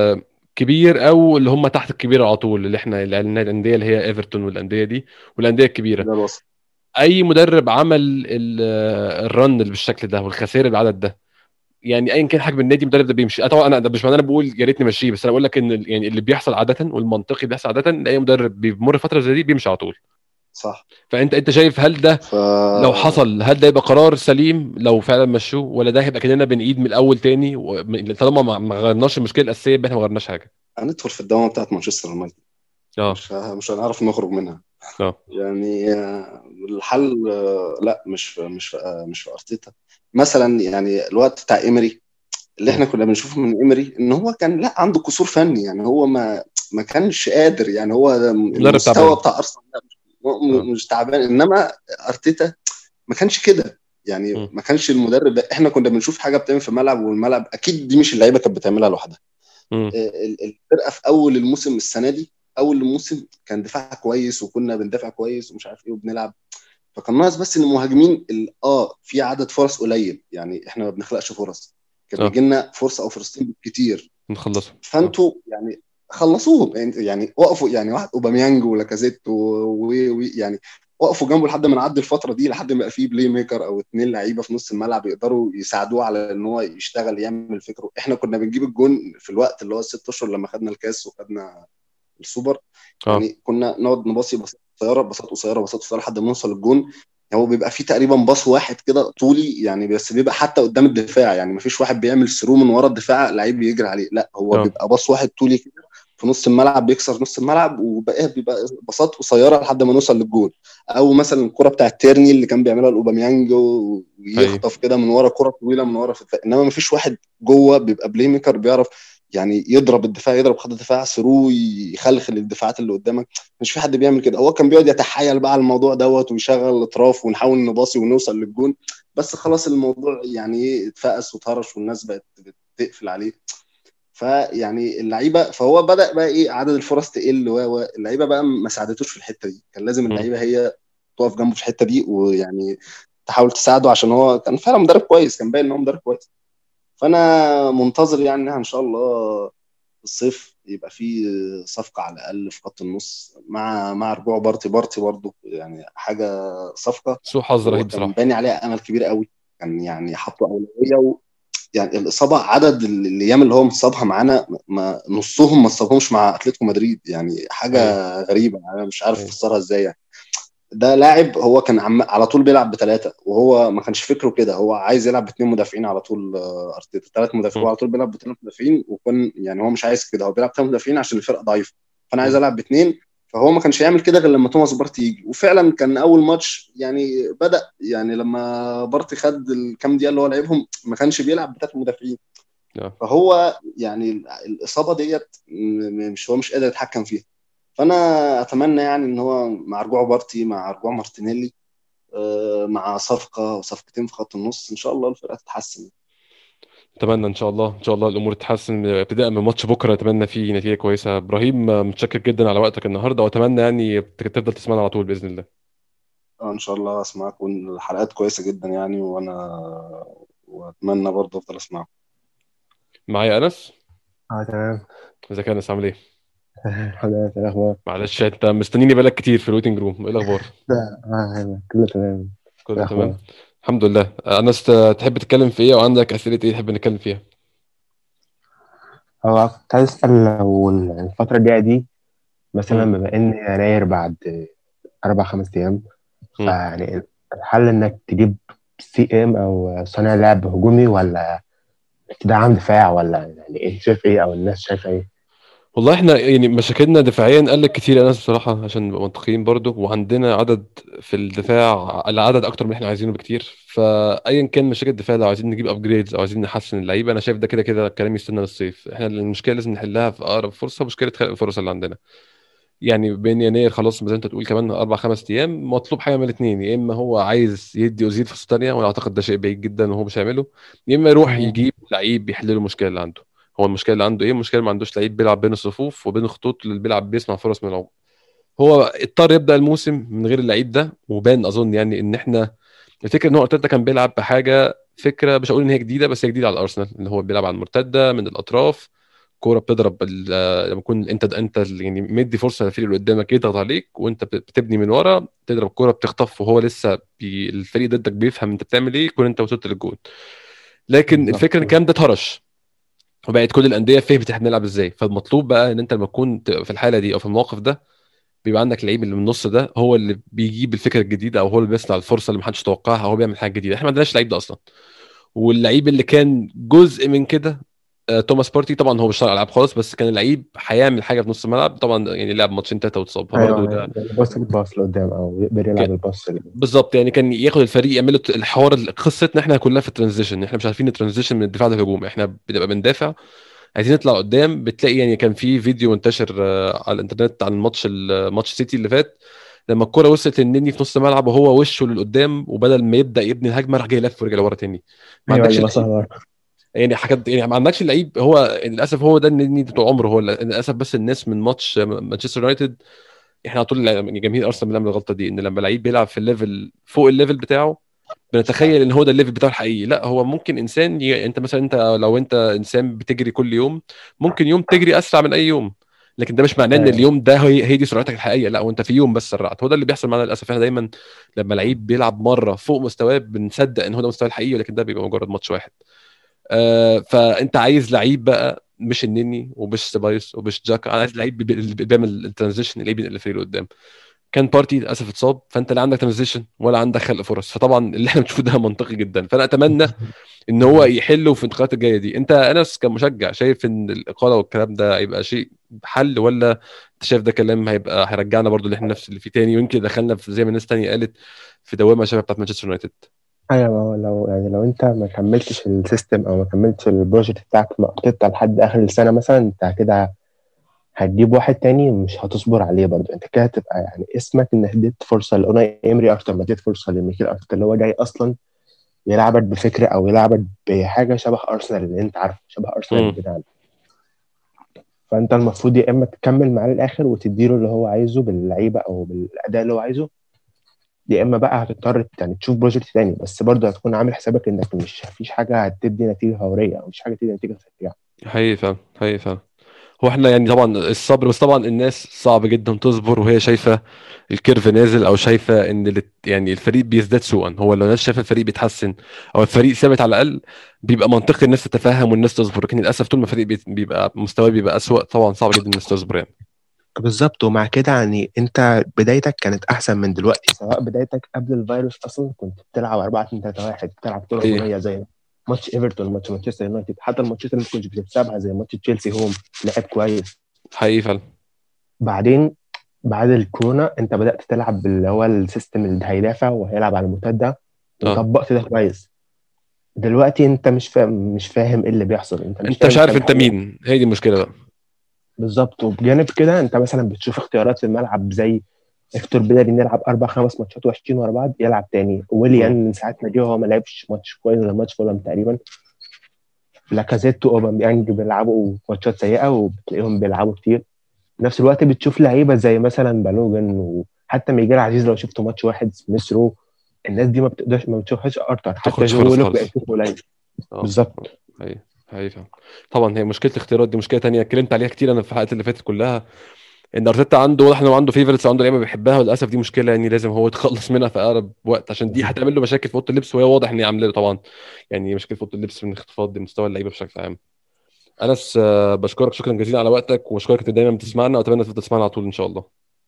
كبير او اللي هم تحت الكبير على طول، اللي احنا الانديه اللي هي ايفرتون والانديه دي والانديه الكبيره، ده الوصف. اي مدرب عمل الرن اللي بالشكل ده والخسائر بالعدد ده، يعني ايا كان حجم النادي المدرب ده بيمشي. طبعا انا ده مش معناه انا بقول يا ريت نمشيه، بس انا بقول لك ان يعني اللي بيحصل عاده والمنطقي بيحصل عاده ان اي مدرب بيمر فتره زي دي بيمشي على طول. صح. فانت شايف هل ده ف لو حصل، هل ده يبقى قرار سليم لو فعلا مشوه، ولا ده هيبقى كاننا بنعيد من الاول تاني طالما ما غيرناش المشكله الاساسيه يبقى احنا ما غيرناش حاجه؟ هندخل في الدوامه بتاعت مانشستر يونايتد، اه مش هنعرف نخرج منها. اه يعني الحل لا مش في ارتيتا. مثلا يعني الوقت بتاع ايمري اللي مم. احنا كنا بنشوفه من ايمري ان هو كان لا عنده قصور فني، يعني هو ما كانش قادر، يعني هو مدرب المستوى تعبان. بتاع ارسنال اه مش تعبان، انما ارتيتا ما كانش كده. يعني مم. ما كانش المدرب ده، احنا كنا بنشوف حاجه بتعمل في الملعب، والملعب اكيد دي مش اللعيبه كانت بتعملها لوحدها. مم. الفرقه في اول الموسم السنه دي، اول الموسم كان دفاعها كويس وكنا بندافع كويس ومش عارف ايه وبنلعب، فكان ناقص بس ان المهاجمين في عدد فرص قليل، يعني احنا ما بنخلقش فرص، كان اه بيجي لنا فرصه او فرصتين كتير. نخلصه. اه فانتوا يعني خلصوهم، يعني وقفوا، يعني واحد اوباميانج ولاكازيت ويعني وقفوا جنبه لحد ما نعدي الفتره دي، لحد ما يبقى فيه بلاي ميكر او اتنين لعيبه في نص الملعب يقدروا يساعدوه على ان هو يشتغل يعمل فكره. احنا كنا بنجيب الجون في الوقت اللي هو الست اشهر لما خدنا الكاس وخدنا السوبر، اه يعني كنا نقعد نباصي بساط قصيره لحد ما نوصل الجون. هو بيبقى فيه تقريبا باص واحد كده طولي يعني، بس بيبقى حتى قدام الدفاع، يعني مفيش واحد بيعمل ثرو من ورا الدفاع لعيب يجري عليه، لا هو اه بيبقى باص واحد طولي كده في نص الملعب بيكسر نص الملعب، وبقى بيبقى باصات قصيره لحد ما نوصل للجون. او مثلا الكره بتاعت تيرني اللي كان بيعملها الاوباميانج اي ويخطف كده من ورا كره طويله من ورا في الدفاع، انما مفيش واحد جوه بيبقى بلاي ميكر بيعرف يعني يضرب الدفاع، يضرب خط الدفاع ثرو، يخلخل الدفاعات اللي قدامك. مش في حد بيعمل كده، هو كان بيقعد يتحايل بقى على الموضوع دوت ويشغل الاطراف ونحاول نباصي ونوصل للجون، بس خلاص الموضوع يعني ايه اتفقس وطرش والناس بقت بتقفل عليه. فيعني اللعيبه، فهو بدا بقى ايه عدد الفرص تقل واللعيبه بقى ما ساعدتوش في الحته دي، كان لازم مم. اللعيبه هي تقف جنبه في الحته دي ويعني تحاول تساعده، عشان هو كان فعلا مدرب كويس، كان باين ان هو مدرب كويس. فانا منتظر يعني انها ان شاء الله الصيف يبقى فيه صفقة على الأقل في خط النص، مع رجوع بارتي برضه، يعني حاجة صفقة سوء حظ هو رهيب كان بصراحه. باني عليها أمل كبير قوي، كان يعني حطوا أولوية يعني الإصابة، عدد الأيام اللي هو مصابها معانا ما نصهم ما اتصابهمش مع أتلتيكو مدريد، يعني حاجة اي غريبة أنا مش عارف اي أفسرها إزاي يعني. ده لاعب هو كان على طول بيلعب بثلاثه، وهو ما كانش فكره كده، هو عايز يلعب باثنين مدافعين على طول. ارتيتا ثلاث مدافعين، مم. هو على طول بيلعب بثلاث مدافعين، وكان يعني هو مش عايز كده، هو بيلعب ثلاث مدافعين عشان الفرقه ضعيفه، فانا عايز مم. العب باثنين. فهو ما كانش يعمل كده غير لما توماس بارتي يجي. وفعلا كان اول ماتش يعني بدأ يعني لما بارتي خد الكام دقيقه اللي هو لعبهم ما كانش بيلعب بتاعت المدافعين. فهو يعني الاصابه ديت هو مش قادر يتحكم فيها. فانا اتمنى يعني ان هو مع رجوع بارتي مع رجوع مارتينيلي مع صفقه وصفقتين في خط النص ان شاء الله الفرقه تتحسن. اتمنى ان شاء الله الامور تتحسن ابتداء من ماتش بكره. اتمنى فيه نتيجه كويسه. ابراهيم متشكر جدا على وقتك النهارده واتمنى يعني تفضل تسمعنا على طول باذن الله. ان شاء الله اسمعك والحلقات كويسه جدا يعني واتمنى برضه افضل اسمعك. معايا انس. تمام. ازيك يا انس عامل ايه؟ الحمد لله. ايه الاخبار؟ معلش انت مستنيني بالك كتير في الويتنج روم. ايه الاخبار؟ لا كله تمام. كله تمام الحمد لله. انس تحب تتكلم في ايه او عندك اسئله ايه تحب نتكلم فيها؟ هو كنت عايز اسال لو الفتره الجايه دي مثلا بما ان يناير بعد 4-5 ايام فيعني الحل انك تجيب CM او صانع لعب هجومي ولا تدعم دفاع ولا يعني ايه شايف ايه او الناس شايفه ايه؟ والله احنا يعني مشاكلنا دفاعيا قلت كتير يا ناس بصراحه عشان نبقى منطقيين برضو وعندنا عدد في الدفاع العدد اكتر من اللي احنا عايزينه بكتير. فايا كان مشاكل الدفاع لو عايزين نجيب ابجريدز او عايزين نحسن اللعيبه انا شايف ده كده كده الكلام يستنى للصيف. احنا المشكله لازم نحلها في اقرب فرصه مشكله خلق الفرص اللي عندنا. يعني بين يناير خلاص زي ما انت تقول كمان 4-5 ايام مطلوب حاجه من الاثنين. يا اما هو عايز يدي اوزيل فرصه ثانيه وانا اعتقد ده شيء بعيد جدا وهو مش هيعمله. يا اما يروح يجيب لعيب يحل له المشكله اللي عنده. هو المشكله اللي عنده ايه؟ المشكله ما عندوش لعيب بيلعب بين الصفوف وبين الخطوط اللي بيلعب بيسمع فرص من العمق. هو اضطر يبدا الموسم من غير اللعيب ده وبان اظن يعني ان احنا الفكره ان هو ارتيتا كان بيلعب بحاجه فكره مش هقول ان هي جديده بس هي جديده على الارسنال اللي هو بيلعب على المرتده من الاطراف. كوره بتضرب لما يكون انت يعني مدي فرصه للفريق اللي قدامك يضغط عليك وانت بتبني من ورا تضرب كوره بتخطف وهو لسه الفريق ضدك بيفهم انت بتعمل ايه يكون انت وصلت للجول. لكن الفكره ان الكلام ده اتهرش وبقت كل الانديه فهمت احنا بنلعب ازاي. فالمطلوب بقى ان انت لما تكون في الحاله دي او في الموقف ده بيبقى عندك لعيب اللي من النص ده هو اللي بيجيب الفكره الجديده او هو اللي بيصنع الفرصه اللي محدش توقعها هو بيعمل حاجه جديده. احنا ما عندناش لعيب ده اصلا. واللعيب اللي كان جزء من كده توماس بارتي طبعا هو مش صانع العاب خالص بس كان اللعيب هيعمل حاجه في نص الملعب طبعا يعني لعب ماتشين ثلاثه واتصاب فبرضه ده الباص لقدام او يقدر يلعب الباص بالظبط. يعني كان ياخد الفريق يعمل الحوار قصتنا احنا كلها في الترانزيشن. احنا مش عارفين الترانزيشن من الدفاع للهجوم. احنا بنبقى بندافع عايزين نطلع قدام. بتلاقي يعني كان في فيديو منتشر على الانترنت عن ماتش سيتي اللي فات لما الكرة وصلت النني في نص الملعب وهو وشه للقدام وبدل ما يبدا يبني الهجمه راح جاي لف ورجع لورا تاني. ما عندكش يعني حاجات يعني ما عندكش اللعيب. هو للاسف هو ده النني طول عمره هو للاسف. بس الناس من ماتش مانشستر يونايتد احنا على طول يعني جماهير ارسنال بنعمل الغلطه دي ان لما لعيب بيلعب في الليفل فوق الليفل بتاعه بنتخيل ان هو ده الليفل بتاعه الحقيقي. لا هو ممكن انسان انت مثلا انت لو انت انسان بتجري كل يوم ممكن يوم تجري اسرع من اي يوم لكن ده مش معناه ان اليوم ده هي دي سرعتك الحقيقيه. لا وانت في يوم بس سرعت. هو ده اللي بيحصل معانا للاسف. احنا دايما لما لعيب بيلعب مره فوق مستواه بنصدق ان هو ده مستواه الحقيقي ولكن ده بيبقى مجرد ماتش واحد. فانت عايز لعيب بقى مش النني ومش سيبايوس ومش جاك. انا عايز لعيب بيعمل الترانزيشن اللي بينقل الفريق لقدام. كان بارتي للاسف اتصاب فانت لا عندك ترانزيشن ولا عندك خلق فرص. فطبعا اللي احنا بنشوفه ده منطقي جدا. فانا اتمنى ان هو يحله في الانتقالات الجايه دي. انت انس كمشجع شايف ان الاقاله والكلام ده هيبقى شيء حل ولا انت شايف ده كلام هيرجعنا برضو اللي احنا نفس اللي فيه تاني ويمكن دخلنا في زي ما الناس تانية قالت في دوامه شبه بتاعت مانشستر يونايتد؟ ايوه لو انت ما كملتش السيستم او ما كملتش البروجكت بتاعك مع ارتيتا لحد اخر السنه مثلا انت كده هتجيب واحد تاني مش هتصبر عليه برضه. انت كده هتبقى يعني اسمك انك اديت فرصه لاوناي ايمري اكتر ما اديت فرصه لميكيل ارتيتا اللي هو جاي اصلا يلعبك بفكره او يلعبك بحاجه شبه ارسنال اللي انت عارفه شبه ارسنال بتاعنا. فانت المفروض يا اما تكمل معاه للاخر وتديله اللي هو عايزه باللعيبه او بالاداء اللي هو عايزه يا اما بقى هتضطر يعني تشوف بروجكت تاني بس برضه هتكون عامل حسابك انك مش فيش حاجه هتدي نتيجه فوريه او مش حاجه تدي نتيجه سريعه. حقيقي فعلا. هو احنا يعني طبعا الصبر بس طبعا الناس صعب جدا تصبر وهي شايفه الكيرف نازل او شايفه ان يعني الفريق بيزداد سوءا. هو لو الناس شايفه الفريق بيتحسن او الفريق ثابت على الاقل بيبقى منطقي الناس تتفهم والناس تصبر. لكن للاسف طول ما الفريق بيبقى مستواه بيبقى اسوء طبعا صعب جدا الناس تصبر يعني. بالظبط. ومع كده يعني انت بدايتك كانت احسن من دلوقتي سواء بدايتك قبل الفيروس اصلا كنت بتلعب 4-2-3-1 بتلعب كوره هجوميه زي ماتش ايفرتون ماتش مانشستر يونايتد حتى الماتشات اللي كنت بتكسبها زي ماتش تشيلسي هوم لعب كويس حقيقي فعلا. بعدين بعد الكورونا انت بدات تلعب اللي هو السيستم اللي هيدافع وهيلعب على المرتده وطبقت ده كويس. دلوقتي انت مش فاهم ايه اللي بيحصل، انت مش عارف انت مين، هي دي المشكله بقى. بالظبط. وبجانب كده انت مثلا بتشوف اختيارات في الملعب زي هيكتور بيلرين يلعب 4-5 ماتشات وحشين ورا بعض يلعب تاني، ويليان من ساعه ما جه هو ما لعبش ماتش كويس غير ماتش فولهام تقريبا. لاكازيت واوباميانج بيلعبوا ماتشات سيئه وبتلاقيهم بيلعبوا كتير. في نفس الوقت بتشوف لعيبه زي مثلا بالوجن وحتى ميجال عزيز لو شفته ماتش واحد، سميث رو، الناس دي ما بتشوفهاش ارتر، حتى جو ويلوك بقى يشوفه قليل. بالظبط. هي طبعا هي مشكله الاختيارات دي مشكله تانية اتكلمت عليها كتير انا في الحلقات اللي فاتت كلها، ان ارتيتا عنده واضح انه عنده فيفورتس وعنده لعيبه بيحبها، وللاسف دي مشكله يعني لازم هو يتخلص منها في اقرب وقت، عشان دي هتعمل له مشاكل في اوضه اللبس، وهي واضح ان هي عامله له طبعا يعني مشاكل في اوضه اللبس من انخفاض مستوى اللعيبه بشكل عام. انس بشكرك شكرا جزيلا على وقتك، واشكرك انك دايما بتسمعنا، واتمنى تفضل تسمعنا على طول ان شاء الله.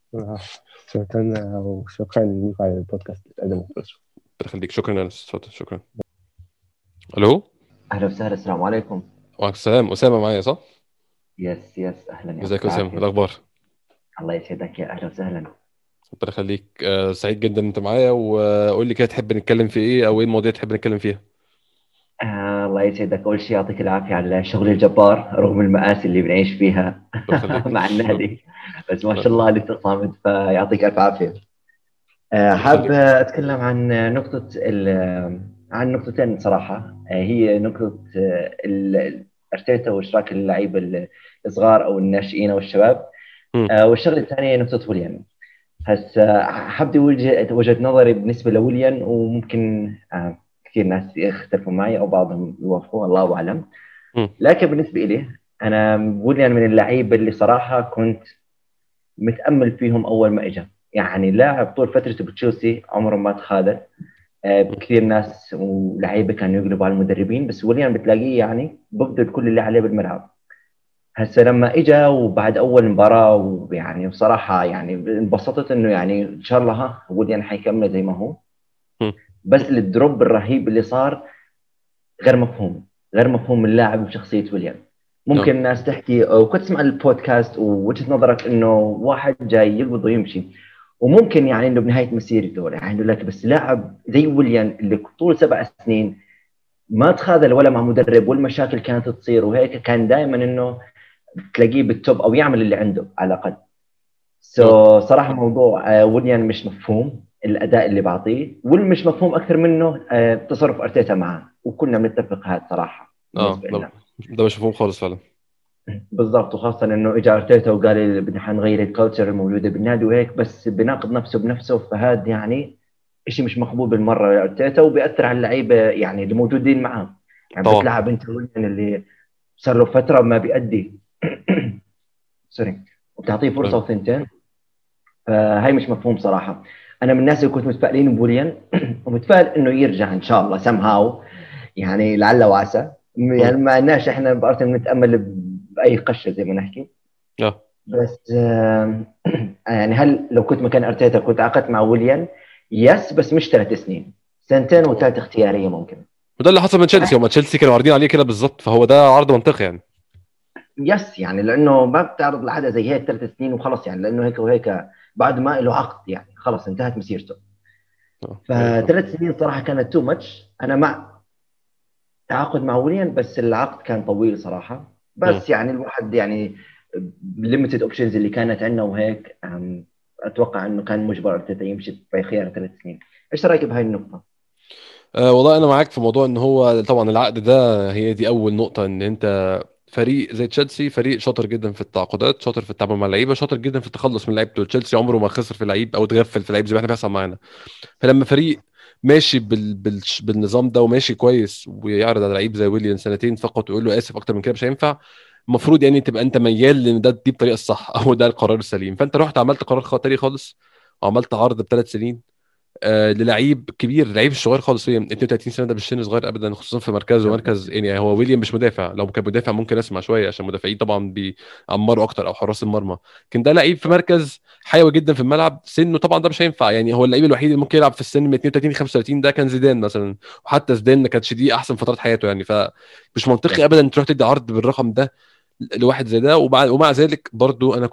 شكرا ليك على البودكاست اللي قدمته. ربنا يخليك. شكرا يا انس، اتفضل. شكرا. الو، اهلا وسهلا. السلام عليكم. وعليكم السلام. اسامه معايا صح؟ يس اهلا. ازيك يا اسامه، الاخبار؟ الله يسعدك، يا اهلا وسهلا. ربنا يخليك. سعيد جدا انت معايا، وقول لي كده تحب نتكلم في ايه، او ايه المواضيع تحب نتكلم فيها؟ الله يسعدك. اول شيء يعطيك العافيه على الشغل الجبار رغم المآسي اللي بنعيش فيها مع النادي، بس ما شاء الله لسه صامد، فيعطيك الف عافيه. حاب اتكلم عن عن نقطتين صراحه. هي نقطه ارتيتا واشراك اللعيبه الصغار او الناشئين او الشباب، والشغله الثانيه نقطه ويليان. هسه حبدي وجهه نظري بالنسبه لويليان، وممكن كثير ناس يختلفوا معي او بعضهم يوافقوا، الله اعلم. لكن بالنسبه لي انا ويليان من اللعيبه اللي صراحه كنت متامل فيهم اول ما اجى. يعني لاعب طول فترته بتشيلسي عمره ما تخاذل. كثير ناس ولاعيبه كانوا يقلبوا على المدربين، بس ويليان بتلاقيه يعني ببذل كل اللي عليه بالملعب. هسه لما اجى وبعد اول مباراه، ويعني بصراحه يعني انبسطت انه يعني ان شاء الله ويليان حيكمل زي ما هو. بس الدروب الرهيب اللي صار غير مفهوم اللاعب وشخصيه ويليان. ممكن الناس تحكي وكنت تسمع البودكاست ووجهه نظرك انه واحد جاي يقبض ويمشي، وممكن يعني انه بنهايه مسيرته يعني لك، بس لاعب زي ويليان اللي طول 7 سنين ما تخاذل ولا مع مدرب، والمشاكل كانت تصير وهيك، كان دائما انه تلاقيه بالتوب او يعمل اللي عنده على الاقل. صراحه موضوع ويليان مش مفهوم الاداء اللي بعطيه، والمش مفهوم اكثر منه تصرف ارتيتا معه، وكلنا بنتفق هذا صراحه. ده مش مفهوم خالص فعلا. بالضبط، وخاصه انه اجى ارتيتا وقال بدنا حنغير الكالتشر الموجوده بالنادي وهيك، بس بناقض نفسه بنفسه، فهذا يعني شيء مش مقبول بالمره لارتيتا، وبياثر على اللعيبه يعني اللي موجودين معاه. يعني بتلعب انت ويليان اللي صار له فتره ما بيأدي سوري، وبتعطيه فرصه وثنتين، فهي مش مفهوم صراحه. انا من الناس اللي كنت متفائلين بوليان ومتفائل انه يرجع ان شاء الله سمهاو، يعني لعل وعسى. يعني ما لناش احنا بارسنال نتامل باي قشه زي ما نحكي. بس يعني هل لو كنت مكان ارتيتا كنت عقدت مع ويليان؟ يس، بس مش 3 سنين، 2 وثالث اختياريه ممكن. وده اللي حصل من تشيلسي، وما تشيلسي كانوا عارضين عليه كده بالظبط، فهو ده عرض منطقي يعني. يس، يعني لانه ما بتعرض لحدا زي هيك 3 سنين وخلص، يعني لانه هيك وهيك بعد ما له عقد يعني خلص انتهت مسيرته. ف3 سنين صراحه كانت تو ماتش. انا مع تعاقد مع ويليان، بس العقد كان طويل صراحه. بس يعني الواحد يعني ليميتد اوبشنز اللي كانت عندنا وهيك، اتوقع انه كان مجبر ارتيتا يمشي في خيار 3 سنين. ايش رايك بهاي النقطه؟ والله انا معاك في موضوع ان هو طبعا العقد ده هي دي اول نقطه، ان انت فريق زي تشيلسي فريق شاطر جدا في التعاقدات، شاطر في التعامل مع اللعيبه، شاطر جدا في التخلص من لعيبته. تشيلسي عمره ما خسر في لعيب او اتغفل في لعيب زي ما احنا بيحصل معانا. فلما فريق ماشي بالنظام ده وماشي كويس، ويعرض على لعيب زي ويليان سنتين فقط ويقول له اسف اكتر من كده مش هينفع، المفروض يعني تبقى انت ميال لان دي الطريقه الصح او ده القرار السليم. فانت رحت عملت قرار خطير خالص، وعملت عرض ب3 سنين للعيب كبير، لعيب صغير خالص. 32 سنه ده مش سن صغير ابدا، خصوصا في مركزه ومركز يعني هو ويليام مش مدافع. لو كان مدافع ممكن اسمع شويه، عشان المدافعين طبعا بيعمروا اكتر او حراس المرمى، لكن ده لعيب في مركز حيوي جدا في الملعب. سنه طبعا ده مش هينفع يعني. هو اللعيب الوحيد اللي ممكن يلعب في السن من 32 ل 35 ده كان زيدان مثلا، وحتى زيدان ما كانتش دي احسن فترات حياته يعني. فمش منطقي ابدا تروح تدي عرض بالرقم ده لواحد زي ده. ومع ذلك برضو انا كنت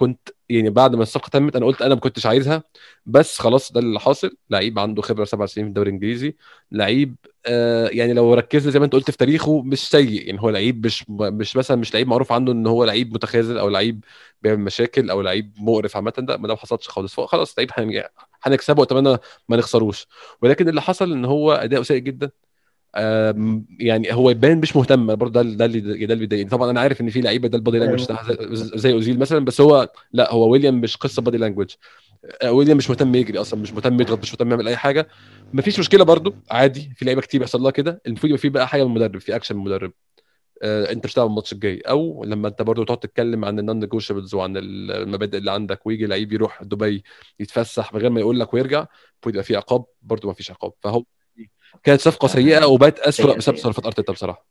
يعني بعد ما الصفقه تمت انا قلت انا ما كنتش عايزها، بس خلاص ده اللي حاصل. لعيب عنده خبره 7 سنين في الدوري الانجليزي، لعيب يعني لو ركزنا زي ما انت قلت في تاريخه مش سيء، يعني هو لعيب مش مثلا مش لعيب معروف عنه ان هو لعيب متخاذل او لعيب بيعمل مشاكل او لعيب مقرف عامه. ده ما حصلش خالص، خلاص لعيب هنكسبه واتمنى ما نخسروش. ولكن اللي حصل ان هو اداؤه سيء جدا. يعني هو يبان مش مهتم برضه. ده اللي بيضايقني. طبعا انا عارف ان في لعيبه ده البادي لانجوج بتاعها زي اوزيل مثلا، بس هو لا، هو ويليام مش قصه بادي لانجوج. ويليام مش مهتم يجري اصلا، مش مهتم يضغط، مش مهتم يعمل اي حاجه. مفيش مشكله برضه، عادي، في لعيبه كتير بيحصل لها كده. المفروض يبقى في بقى حاجه من المدرب، في اكشن من المدرب. انت مش هتلعب الماتش الجاي، او لما انت برضه تقعد تتكلم عن النون نيجوشيبلز وعن المبادئ اللي عندك، ويجي لعيب يروح دبي يتفسح من غير ما يقول لك ويرجع، المفروض يبقى في عقاب. برضه ما فيش عقاب. فهو كانت صفقه سيئه وبقت اسوء بسبب تصرفات ارتيتا بصراحه.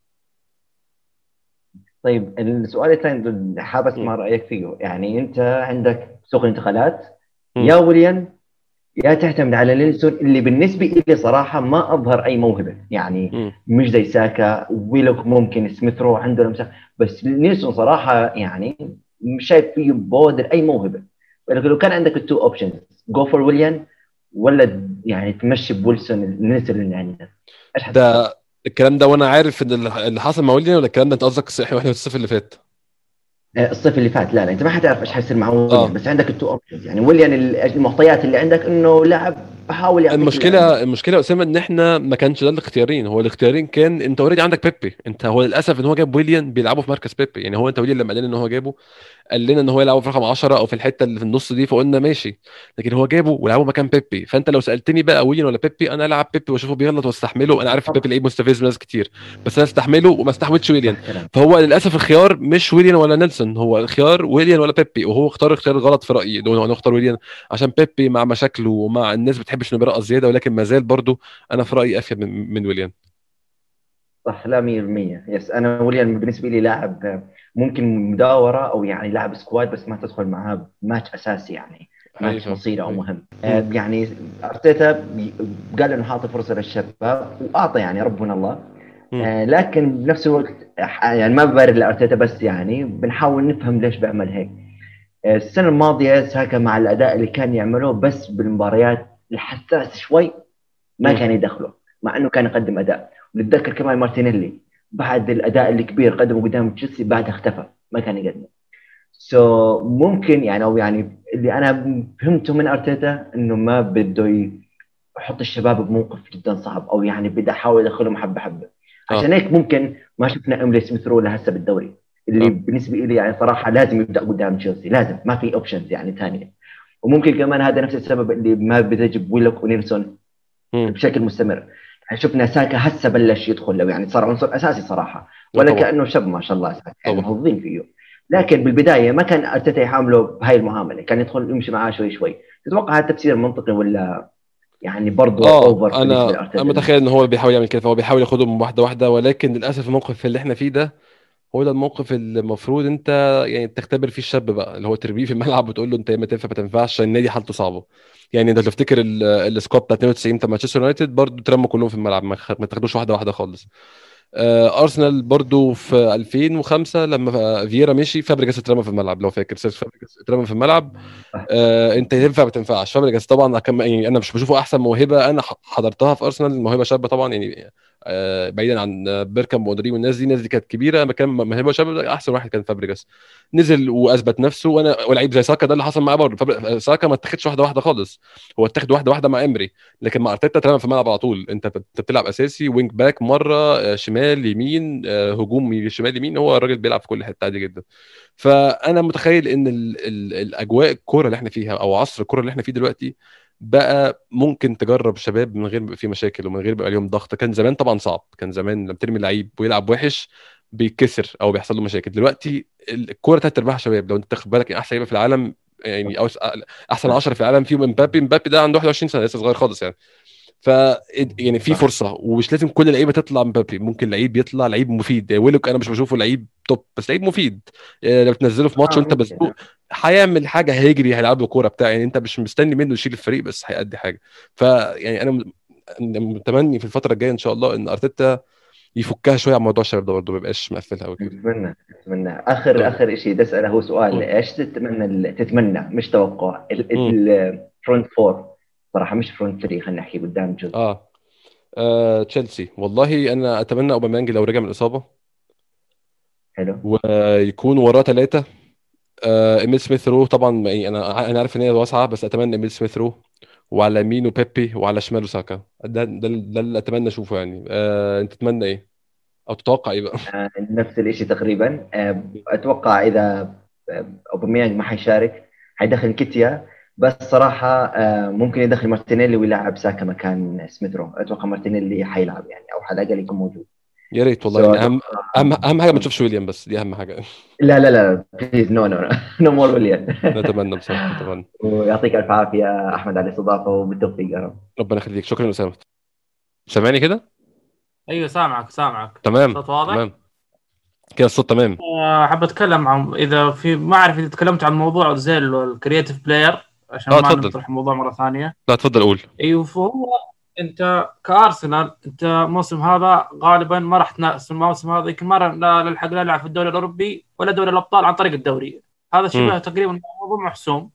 طيب السؤال الثاني حابب اسمع رايك فيه. يعني انت عندك سوق الانتقالات، يا ويليان يا تعتمد على نيلسون، اللي بالنسبه لي صراحه ما اظهر اي موهبه. يعني مش زي ساكا، ويلوك ممكن سميث رو عنده لمسه، بس نيلسون صراحه يعني مش شايف فيه بودر اي موهبه. ولكن لو كان عندك التو اوبشنز، جو فور ويليان ولا يعني تمشي بولسون نيلسون اللي عندك؟ ده الكلام ده وانا عارف ان اللي حصل مع ويليان، ولا الكلام ده انت قصدك احنا الصيف اللي فات؟ الصيف اللي فات. لا انت ما حتعرف ايش حيصير مع ويليان. بس عندك التو اوبشنز. يعني ويليان المعطيات اللي عندك انه لاعب بحاول يعطيك. المشكله اسامه ان احنا ما كانش ده الاختيارين. هو الاختيارين كان انت اوريدي عندك بيبي. انت هو للاسف ان هو جاب ويليان بيلعبوا في مركز بيبي. يعني هو انت ويليان لما قال ان هو جابه، قال لنا ان هو يلعبوا في رقم 10 او في الحته اللي في النص دي، فقلنا ماشي. لكن هو جابه ولعبه مكان بيبي. فانت لو سالتني بقى ويليان ولا بيبي، انا العب بيبي واشوفه بيغلط واستحمله. انا عارف بيبي لعيب مستفز ناس كتير، بس انا استحمله وما استحملتش ويليان. فهو للاسف الخيار مش ويليان ولا نيلسون، هو الخيار ويليان ولا بيبي. وهو اختار اختيار غلط في رايي، انه نختار ويليان عشان بيبي مع مشاكله ومع الناس بتحبش انه بيرقص زياده، ولكن ما زال برضه انا في رايي افيد من ويليان. صح، لا 100%. يس انا ويليان بالنسبه لي لاعب ممكن مداوره او يعني لاعب سكواد، بس ما تدخل معاه ماتش اساسي، يعني ماتش مصيري او مهم. يعني ارتيتا قال انه حاطط فرصه للشباب واعطى، يعني ربنا الله. لكن بنفس الوقت يعني ما ببرر لارتيتا، بس يعني بنحاول نفهم ليش بيعمل هيك. السنه الماضيه ساكا مع الاداء اللي كان يعمله، بس بالمباريات الحساسه شوي ما كان يدخله، مع انه كان يقدم اداء. ونتذكر كمان مارتينيلي بعد الاداء الكبير قدمه قدام تشيلسي بعدها اختفى، ما كان يقدم. ممكن يعني، او يعني اللي انا فهمته من ارتيتا انه ما بده يحط الشباب بموقف جدا صعب، او يعني بده يحاول يدخلهم حبه حبه. عشان هيك ممكن ما شفنا إميلي سميث رو لهسه بالدوري، اللي بالنسبه لي يعني صراحه لازم يبدا قدام تشيلسي، لازم، ما في اوبشنز يعني ثانيه. وممكن كمان هذا نفس السبب اللي ما بده يجيب ويلوك ونيلسون بشكل مستمر. يعني شفنا ساكا هسه بلش يدخل له، يعني صار عنصر اساسي صراحه، ولا كانه شاب ما شاء الله ساكا، يعني محظوظين فيه. لكن بالبدايه ما كان ارتيتا يحامله بهاي المعامله، كان يدخل يمشي معاه شوي شوي. تتوقع هذا التفسير منطقي ولا يعني برضه اوفر؟ انا متخيل ان هو بيحاول يعمل كده، فهو بيحاول ياخدهم واحده واحده. ولكن للاسف الموقف اللي احنا فيه ده هو ده الموقف اللي المفروض انت يعني تختبر فيه الشاب بقى، اللي هو تربيه في الملعب وتقول له انت يا اما تنفع ما تنفعش، عشان النادي حالته صعبه. يعني انت تفتكر السكواد بتاع 92 بتاع مانشستر يونايتد برضه اترموا كلهم في الملعب، ما تاخدوش واحده واحده خالص. ارسنال برضو في 2005 لما فييرا مشي، فابريجاس اترمى في الملعب. لو فاكر سيرج فابريجاس اترمى في الملعب. انت ينفع ما تنفعش. فابريجاس طبعا يعني انا مش بشوفه احسن موهبه انا حضرتها في ارسنال، موهبه شابه طبعا يعني. بعيدا عن بيركام ومودري والناس دي، الناس دي كانت كبيره، ما كان موهبه شابه. احسن واحد كان فابريجاس، نزل واثبت نفسه. ولعيب زي ساكا ده اللي حصل معاه برضه. ساكا ما اتاخدش واحده واحده خالص، هو اتاخد واحده واحده مع امري. لكن مع ارتيتا اترمى في الملعب على طول. انت بتلعب اساسي، وينج باك مره، شمال يمين، هجوم شمال يمين، هو الراجل بيلعب في كل حته عادي جدا. فانا متخيل ان الاجواء الكوره اللي احنا فيها، او عصر الكوره اللي احنا فيه دلوقتي، بقى ممكن تجرب شباب من غير ما يبقى في مشاكل ومن غير ما يبقى لهم ضغط. كان زمان طبعا صعب، كان زمان لما ترمي لعيب ويلعب وحش بيتكسر او بيحصل له مشاكل. دلوقتي الكوره تلات ارباعها شباب. لو انت تاخد بالك احسن لعيبه في العالم، يعني او احسن 10 في العالم فيهم امبابي ده عنده 21 سنه، لسه صغير خالص يعني. ف يعني في فرصه، ومش لازم كل لعيبه تطلع مبابي. ممكن لعيب يطلع لعيب مفيد. ويلوك انا مش بشوفه لعيب توب، بس لعيب مفيد. لو تنزله في ماتش وانت مسبوق هيعمل حاجه، هيجري، هيلعب له كوره بتاع. يعني انت مش مستني منه يشيل الفريق، بس هيأدي حاجه. فيعني انا متمني في الفتره الجايه ان شاء الله ان ارتيتا يفكها شويه على موضوع الشباب ده برضه، ما يبقاش مقفلها قوي كده. اتمنى اخر شيء بدي اساله هو سؤال، ايش تتمنى مش توقع الفرونت فور صراحه، مش فرونت 3 خلينا نحكي قدام جزء. تشيلسي والله انا اتمنى اوباميانج لو رجع من الاصابه حلو. ويكون وراه 3. ايميل سميث رو طبعا، انا عارف ان هي واسعه، بس اتمنى ايميل سميث رو، وعلى يمينه بيبي، وعلى شماله ساكا. ده اللي اتمنى اشوفه يعني. انت تتمنى ايه او تتوقع ايه بقى؟ نفس الشيء تقريبا. اتوقع اذا اوباميانج ما حيشارك حيدخل كيتيا، بس صراحه ممكن يدخل مارتينيلي ويلعب ساكا مكان سميثرو. اتوقع مارتينيلي حيلعب يعني، او على الاقل يكون موجود. يا ريت والله يعني. اهم حاجه ما تشوفش ويليام، بس دي اهم حاجه. لا بليز، نو نو مور ويليام. نتمنى بصراحه، نتمنى. ويعطيك الف عافيه احمد على الاستضافه، وبالتوفيق يا رب. ربنا يخليك، شكرا اسامه. سامعني كده؟ ايوه سامعك. تمام صوت واضح؟ تمام كده، الصوت تمام. حاب اتكلم عن، اذا في، ما اعرف اذا تكلمت عن موضوع زيل والكرياتيف بلاير، عشان ما تفضل. نطرح الموضوع مره ثانيه. لا تفضل قول. ايوه، فهو انت كارسنال، انت الموسم هذا غالبا ما راح تنافس الموسم هذا، يمكن ما نلحق نلعب في الدوري الاوروبي ولا دوري الابطال عن طريق الدوري. هذا شبه تقريبا موضوع محسوم.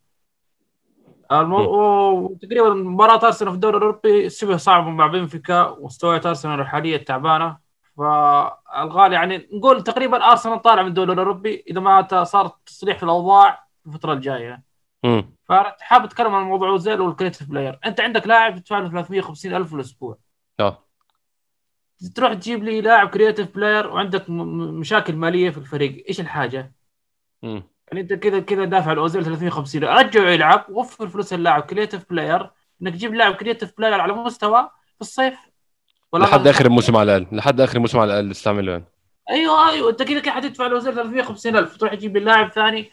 تقريبا مباراة أرسنال في الدوري الأوروبي شبه صعبة مع بنفيكا، ومستويات أرسنال الحالية تعبانة. فالغالي يعني نقول تقريبا أرسنال طالع من الدوري الأوروبي إذا ما صار تصليح في الأوضاع في الفترة الجاية. فحاب أتكلم عن موضوع أوزيل والكريتيف بلاير. أنت عندك لاعب تدفع له 350,000 في الأسبوع، تروح تجيب لي لاعب كرياتيف بلاير وعندك مشاكل مالية في الفريق، إيش الحاجة؟ يعني انت كذا دافع الاوزيل 350، رجعوا يلعب، وفر فلوس اللاعب كرياتيف بلاير، انك تجيب لاعب كرياتيف بلاير على مستوى في الصيف، ولا لحد اخر الموسم على الاقل، لحد اخر الموسم على الاقل استعمله يعني. ايوه انت كذا حتدفع الاوزيل 350,000 تروح تجيب لاعب ثاني.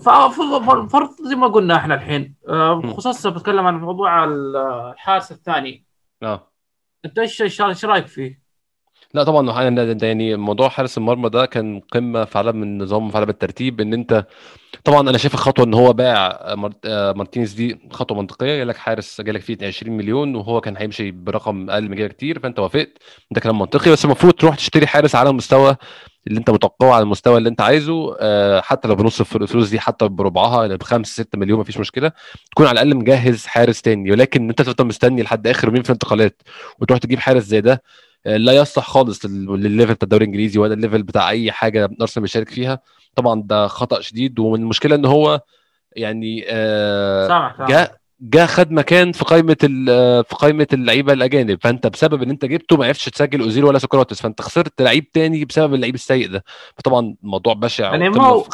فرض زي ما قلنا احنا الحين، خصوصا بتكلم عن موضوع الحارس الثاني. انت ايش رايك فيه؟ لا طبعا ده يعني موضوع حارس المرمى ده كان قمه في عالم النظام وفي عالم الترتيب. ان انت طبعا انا شايف الخطوه ان هو باع مارتينيز دي خطوه منطقيه. جالك حارس جالك فيه 20 مليون وهو كان هيمشي برقم اقل من كده كتير، فانت وافقت. ده كلام منطقي، بس المفروض تروح تشتري حارس على المستوى اللي انت متوقعه، على المستوى اللي انت عايزه. حتى لو بنص الفلوس دي، حتى بربعها، ب5 6 مليون مفيش مشكله. تكون على الاقل مجهز حارس تاني. ولكن انت تفضل مستني لحد اخر يومين في الانتقالات وتروح تجيب حارس زي ده، لا يصلح خالص للليفل بتاع الدوري الانجليزي ولا الليفل بتاع اي حاجه ارسنال بيشارك فيها. طبعا ده خطا شديد. ومن المشكله ان هو يعني جاء خد مكان في قائمه اللعيبه الاجانب، فانت بسبب ان انت جبته ما عرفتش تسجل اوزيل ولا سقراطس، فانت خسرت لعيب تاني بسبب اللعيب السيء ده. فطبعا الموضوع بشع يعني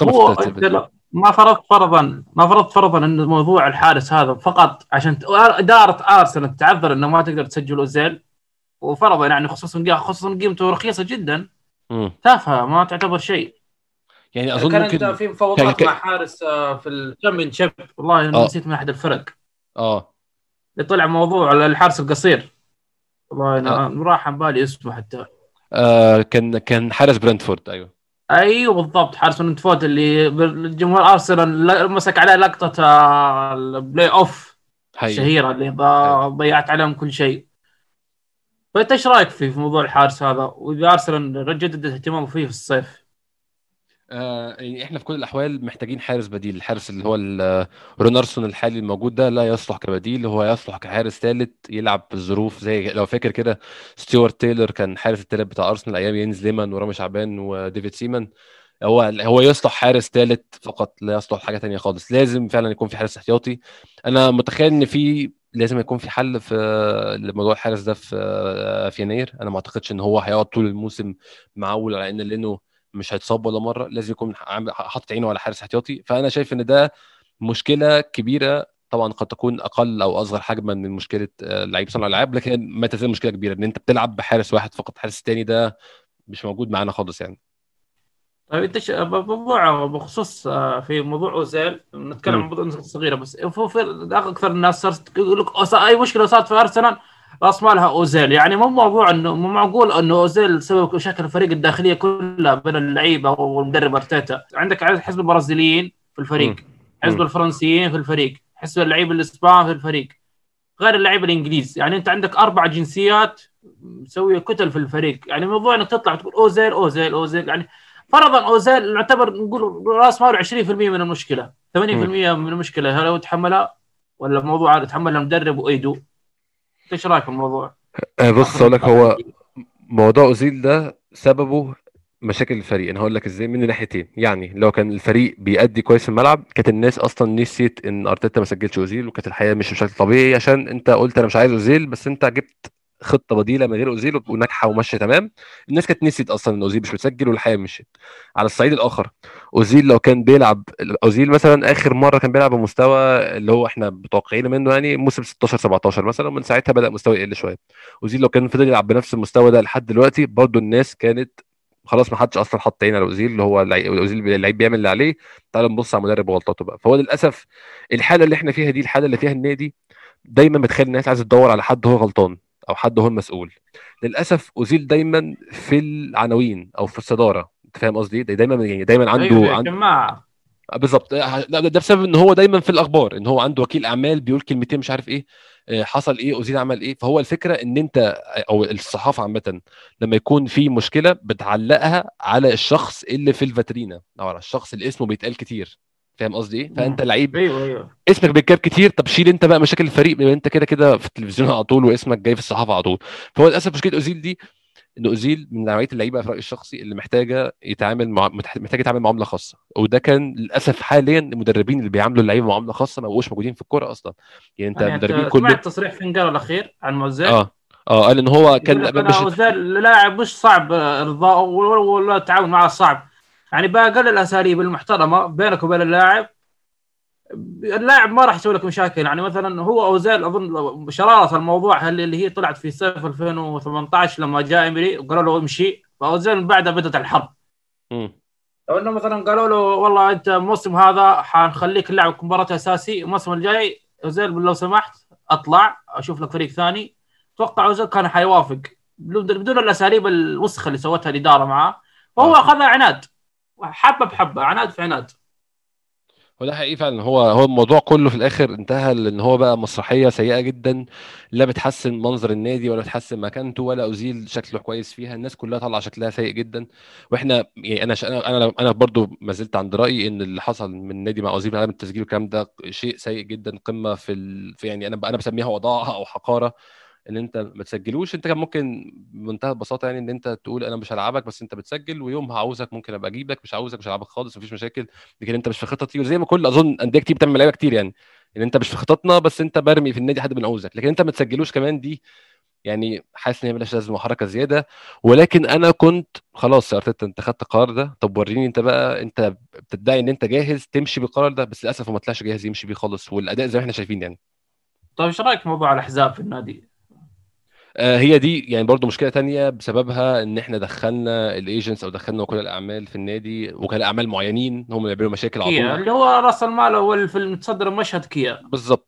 ما فرضت فرضا ان موضوع الحارس هذا فقط عشان اداره ارسنال تعذر انه ما تقدر تسجل اوزيل، وفرضا يعني خصوصا قيمته رخيصه جدا، تافهه ما تعتبر شيء. يعني اظن كان ممكن انت في مفاوضات مع حارس في الشامبيونشيب، والله نسيت من احد الفرق اللي طلع موضوع على الحارس القصير، والله انا راح عن بالي اسمه حتى. كان حارس برنتفورد. ايوه بالضبط، حارس برنتفورد اللي الجمهور ارسنال مسك عليه لقطه البلاي اوف الشهيره اللي ضيعت عليهم كل شيء. فانت ايش رايك في موضوع الحارس هذا، واذا ارسنال رجدت اهتمامه فيه في الصيف؟ يعني احنا في كل الاحوال محتاجين حارس بديل. الحارس اللي هو رونالسون الحالي الموجود ده لا يصلح كبديل، هو يصلح كحارس ثالث يلعب في الظروف. زي لو فاكر كده ستيوارت تايلر كان حارس الثالث بتاع ارسنال ايام ينز ليمان ورامي شعبان وديفيد سيمان. هو يصلح حارس ثالث فقط، لا يصلح حاجه تانية خالص. لازم فعلا يكون في حارس احتياطي. انا متخيل ان لازم يكون في حل في موضوع الحارس ده في يناير. انا ما اعتقدش ان هو هيقعد طول الموسم معول على ان لانه مش هيتصاب ولا مره. لازم يكون حاطط عينه على حارس احتياطي. فانا شايف ان ده مشكله كبيره، طبعا قد تكون اقل او اصغر حجما من مشكله لعيب صنع العاب، لكن ما تزال مشكله كبيره ان انت بتلعب بحارس واحد فقط. الحارس الثاني ده مش موجود معانا خالص يعني. طيب انت موضوع بخصوص في موضوع اوزيل، نتكلم عن موضوع صغيره بس. في اكثر الناس صارت يقول لك اي مشكله صارت في ارسنال راس مالها اوزيل. يعني مو موضوع انه مو معقول انه اوزيل سبب مشاكل الفريق الداخليه كلها بين اللعيبه والمدرب ارتيتا. عندك حزب البرازيليين في الفريق، حزب الفرنسيين في الفريق، حزب اللعيبه الاسبان في الفريق، غير اللعيبه الانجليز. يعني انت عندك 4 جنسيات مسوي كتل في الفريق. يعني موضوع انك تطلع تقول اوزيل يعني فرضا اوزيل نعتبر نقول راس ماله 20% من المشكله، 80% من المشكله هل هو تحملها ولا موضوع يتحملها المدرب وايدو؟ ايش رايك في الموضوع؟ بص اقول لك، هو موضوع اوزيل ده سببه مشاكل الفريق. انا هقول لك ازاي، من ناحيتين. يعني لو كان الفريق بيأدي كويس في الملعب كانت الناس اصلا نسيت ان ارتيتا ما سجلش اوزيل، وكانت الحياه مش بشكل طبيعي عشان انت قلت انا مش عايز اوزيل، بس انت جبت خطه بديله من غير اوزيل وناجحه وماشيه تمام. الناس كانت نسيت اصلا ان اوزيل مش متسجل والحياه مشيت. على الصعيد الاخر، اوزيل لو كان بيلعب، اوزيل مثلا اخر مره كان بيلعب بمستوى اللي هو احنا متوقعينه منه، يعني موسم 16 17 مثلا، ومن ساعتها بدا مستوى يقل شويه. اوزيل لو كان فضل يلعب بنفس المستوى ده لحد دلوقتي برضو الناس كانت خلاص ما حدش اصلا حط عين على اوزيل، اللي هو اوزيل اللعيب بيعمل اللي عليه، تعال نبص على المدرب وغلطاته بقى. فهو للاسف الحاله اللي احنا فيها دي، الحاله اللي فيها النادي دايما بتخلي الناس عايزه تدور على حد هو غلطان او حد هو المسؤول. للاسف اوزيل دايما في العناوين او في الصداره، انت فاهم قصدي؟ دايما يعني دايما ايوه جماعه بالظبط. ده بسبب ان هو دايما في الاخبار، ان هو عنده وكيل اعمال بيقول كلمتين مش عارف ايه، حصل ايه، اوزيل عمل ايه. فهو الفكره ان انت او الصحافه عامه لما يكون في مشكله بتعلقها على الشخص اللي في الفاترينا او على الشخص اللي اسمه بيتقال كتير. فاهم قصدي ايه؟ فانت لعيب ايوه اسمك بيتكاب كتير، طب شيل انت بقى مشاكل الفريق، بما انت كده كده في التلفزيون على طول واسمك جاي في الصحافه على طول. فهو للاسف مشكله اوزيل دي ان اوزيل من نوعيه اللعيبه في رايي الشخصي اللي محتاج يتعامل معامله خاصه، وده كان للاسف حاليا المدربين اللي بيعاملوا اللعيبه معامله خاصه ما بقوش موجودين في الكوره اصلا. يعني انت يعني المدربين انت كله سمعت تصريح فينجر الاخير عن موزيل؟ قال ان هو كان يقول لك انا اوزيل لاعب مش صعب ارضاءه ولا التعاون معه صعب، يعني باقل الاساليب المحترمه بينك وبين اللاعب ما راح يسوي لك مشاكل. يعني مثلا هو اوزيل اظن شراره الموضوع اللي هي طلعت في صيف 2018 لما جاء امري وقالوا له امشي، فاوزيل من بعدها بدات الحرب. لو انه مثلا قالوا له والله انت الموسم هذا حنخليك اللاعب مباراه اساسي، الموسم الجاي اوزيل لو سمحت اطلع اشوف لك فريق ثاني، اتوقع اوزيل كان حيوافق بدون الاساليب الوسخه اللي سوتها الاداره معاه. فهو اخذها عناد، حبه بحبه، عناد في عناد. وده حقيقي فعلا. هو الموضوع كله في الاخر انتهى لان هو بقى مسرحيه سيئه جدا، لا بتحسن منظر النادي ولا بتحسن مكانته ولا اوزيل شكله كويس فيها. الناس كلها طالعه شكلها سيء جدا. واحنا يعني انا برضو ما زلت عند رايي ان اللي حصل من النادي مع اوزيل عدم التسجيل والكلام ده شيء سيء جدا، قمه في يعني انا بسميها وضاعه او حقاره ان انت ما تسجلوش. انت كان ممكن بمنتهى البساطه يعني ان انت تقول انا مش هلعبك بس انت بتسجل، ويوم هعوزك ممكن ابقى اجيبك، مش عاوزك مش هلعبك خالص مفيش مشاكل. لكن انت مش في خططي، وزي ما كل اظن انديه كتير بتعمل لعيبه كتير يعني ان انت مش في خططنا بس انت برمي في النادي حد بنعوزك، لكن انت ما تسجلوش كمان دي يعني حاسس ان هي بلاش لازمه وحركه زياده. ولكن انا كنت خلاص يا ارتيتا انت خدت القرار ده، طب وريني انت بقى، انت بتدعي ان انت جاهز تمشي بالقرار ده بس للاسف ما طلعش جاهز يمشي بيه خالص، والاداء زي ما احنا شايفين يعني. طيب ايش رايك في موضوع الاحزاب في النادي؟ هي دي يعني برضو مشكله تانية بسببها ان احنا دخلنا الايجنتس او دخلنا وكلاء الاعمال في النادي، وكلاء اعمال معينين هم اللي بيعملوا مشاكل على كيا طول. اللي هو راس المال اول في المتصدر المشهد كيا بالظبط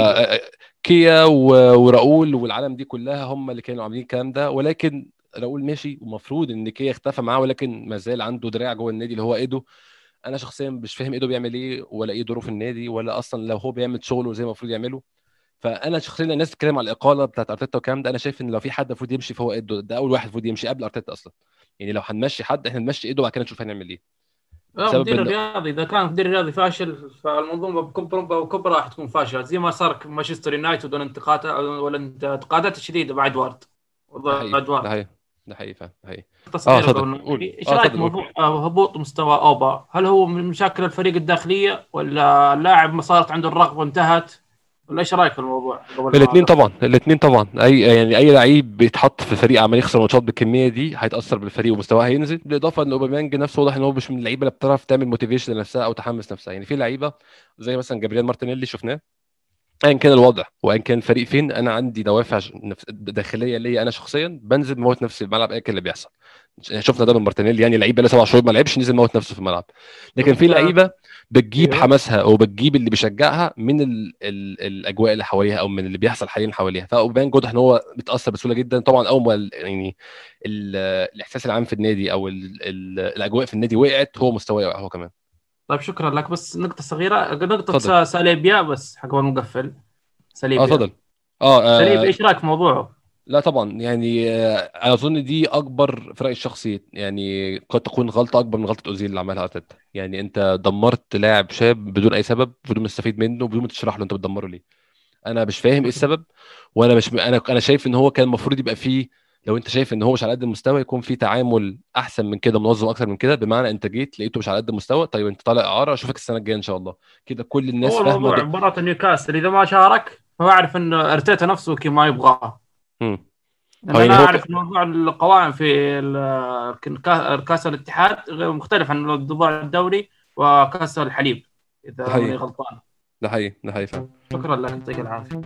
كيا وراؤول والعالم دي كلها هم اللي كانوا عاملين الكلام ده. ولكن راؤول ماشي ومفروض ان كيا اختفى معاه، ولكن ما زال عنده دراع جوه النادي اللي هو ايدو. انا شخصيا مش فاهم ايدو بيعمل ايه ولا ايه دوره في النادي، ولا اصلا لو هو بيعمل شغله زي ما المفروض يعمله. فانا شخصيا الناس بتتكلم على الاقاله بتاعت ارتيتا والكلام ده، انا شايف ان لو في حد المفروض يمشي فهو ايدو، ده اول واحد المفروض يمشي قبل ارتيتا اصلا. يعني لو هنمشي حد احنا نمشي ايدو وبعد كده نشوف هنعمل ايه. بسبب مدير ان الرياضي اذا كان مدير الرياضي فاشل فالمنظومه بكبرى راح تكون فاشله، زي ما صار مانشستر يونايتد ولا انتقادات شديده بعد وارد. ده حقيقي وارد ده حقيقي فعلا ده حقيقي. ايش رايك في موضوع هبوط مستوى اوبا؟ هل هو من مشاكل الفريق الداخليه ولا اللاعب ما صارت عنده الرغبه انتهت؟ ولا ايش رايك في الموضوع؟ الاثنين طبعا اي لعيب بيتحط في فريق عمال يخسر ماتشات بالكميه دي هيتاثر بالفريق ومستواه هينزل. بالاضافه ان اوباميانج نفسه واضح ان هو مش من اللعيبه اللي بتعرف تعمل موتيفيشن لنفسها او تحمس نفسها. يعني في لعيبه زي مثلا جابرييل مارتينيلي شفناه، ايا كان الوضع وايا كان الفريق فين، انا عندي دوافع داخليه ليا انا شخصيا بنزل موت نفسي في الملعب ايا كان اللي بيحصل. شفنا ده من مارتينيلي، يعني لعيب بقى 7 شهور ما لعبش نزل موت نفسه في الملعب. لكن في لعيبه بتجيب حماسها وبتجيب اللي بيشجعها من الاجواء اللي حواليها او من اللي بيحصل حاليا حواليها. فاوبان واضح ان هو بيتاثر بسهوله جدا طبعا. اول ما يعني الاحساس العام في النادي او الاجواء في النادي وقعت هو مستواه وقع هو كمان. طيب شكرا لك، بس نقطه صغيره، نقطه ساليبيا بس حق المقفل. ساليبيا اتفضل. ساليبيا ايش رايك في موضوعه؟ لا طبعا يعني انا اظن دي اكبر فرق الشخصيه، يعني قد تكون غلطه اكبر من غلطه اوزيل اللي عملها ارتيتا. يعني انت دمرت لاعب شاب بدون اي سبب، بدون ما تستفيد منه، بدون ما تشرح له انت بتدمره ليه. انا مش فاهم ايه السبب، وانا مش انا شايف ان هو كان المفروض يبقى فيه، لو انت شايف ان هو مش على قد المستوى يكون في تعامل احسن من كده، منظم اكتر من كده. بمعنى انت جيت لقيته مش على قد المستوى، طيب انت طالع اعاره، اشوفك السنه الجايه ان شاء الله. كده كل الناس هو فاهمه الموضوع مباراة نيوكاسل اذا ما شارك فهو عارف ان ارتيتا نفسه كي ما يبغاه. لأن يعني أنا هو أعرف موضوع القوائم في كأس الاتحاد غير مختلف عن موضوع الدوري وكأس الحليب إذا ماني غلطان. ده حقيقي فعلا. شكرا لك، يعطيك العافية.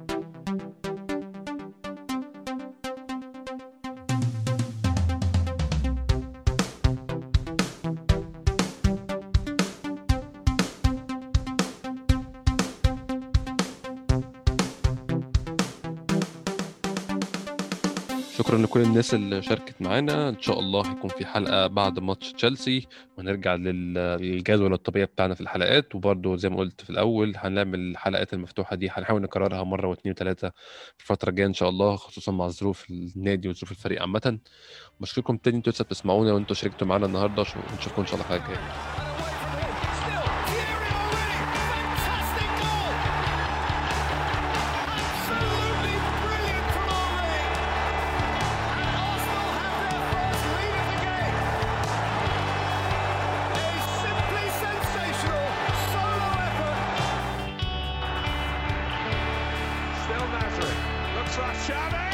شكرا لكل الناس اللي شاركت معانا. ان شاء الله هيكون في حلقه بعد ماتش تشيلسي ونرجع للجدول الطبيعي بتاعنا في الحلقات. وبرده زي ما قلت في الاول هنعمل الحلقات المفتوحه دي، هنحاول نكررها مره واثنين وثلاثه في الفتره الجايه ان شاء الله، خصوصا مع ظروف النادي وظروف الفريق عامه. بشكركم تاني انتوا لسه بتسمعونا وانتوا شاركتوا معانا النهارده، ونشوفكم ان شاء الله الحلقه الجايه. Still Nazareth looks like Xavi.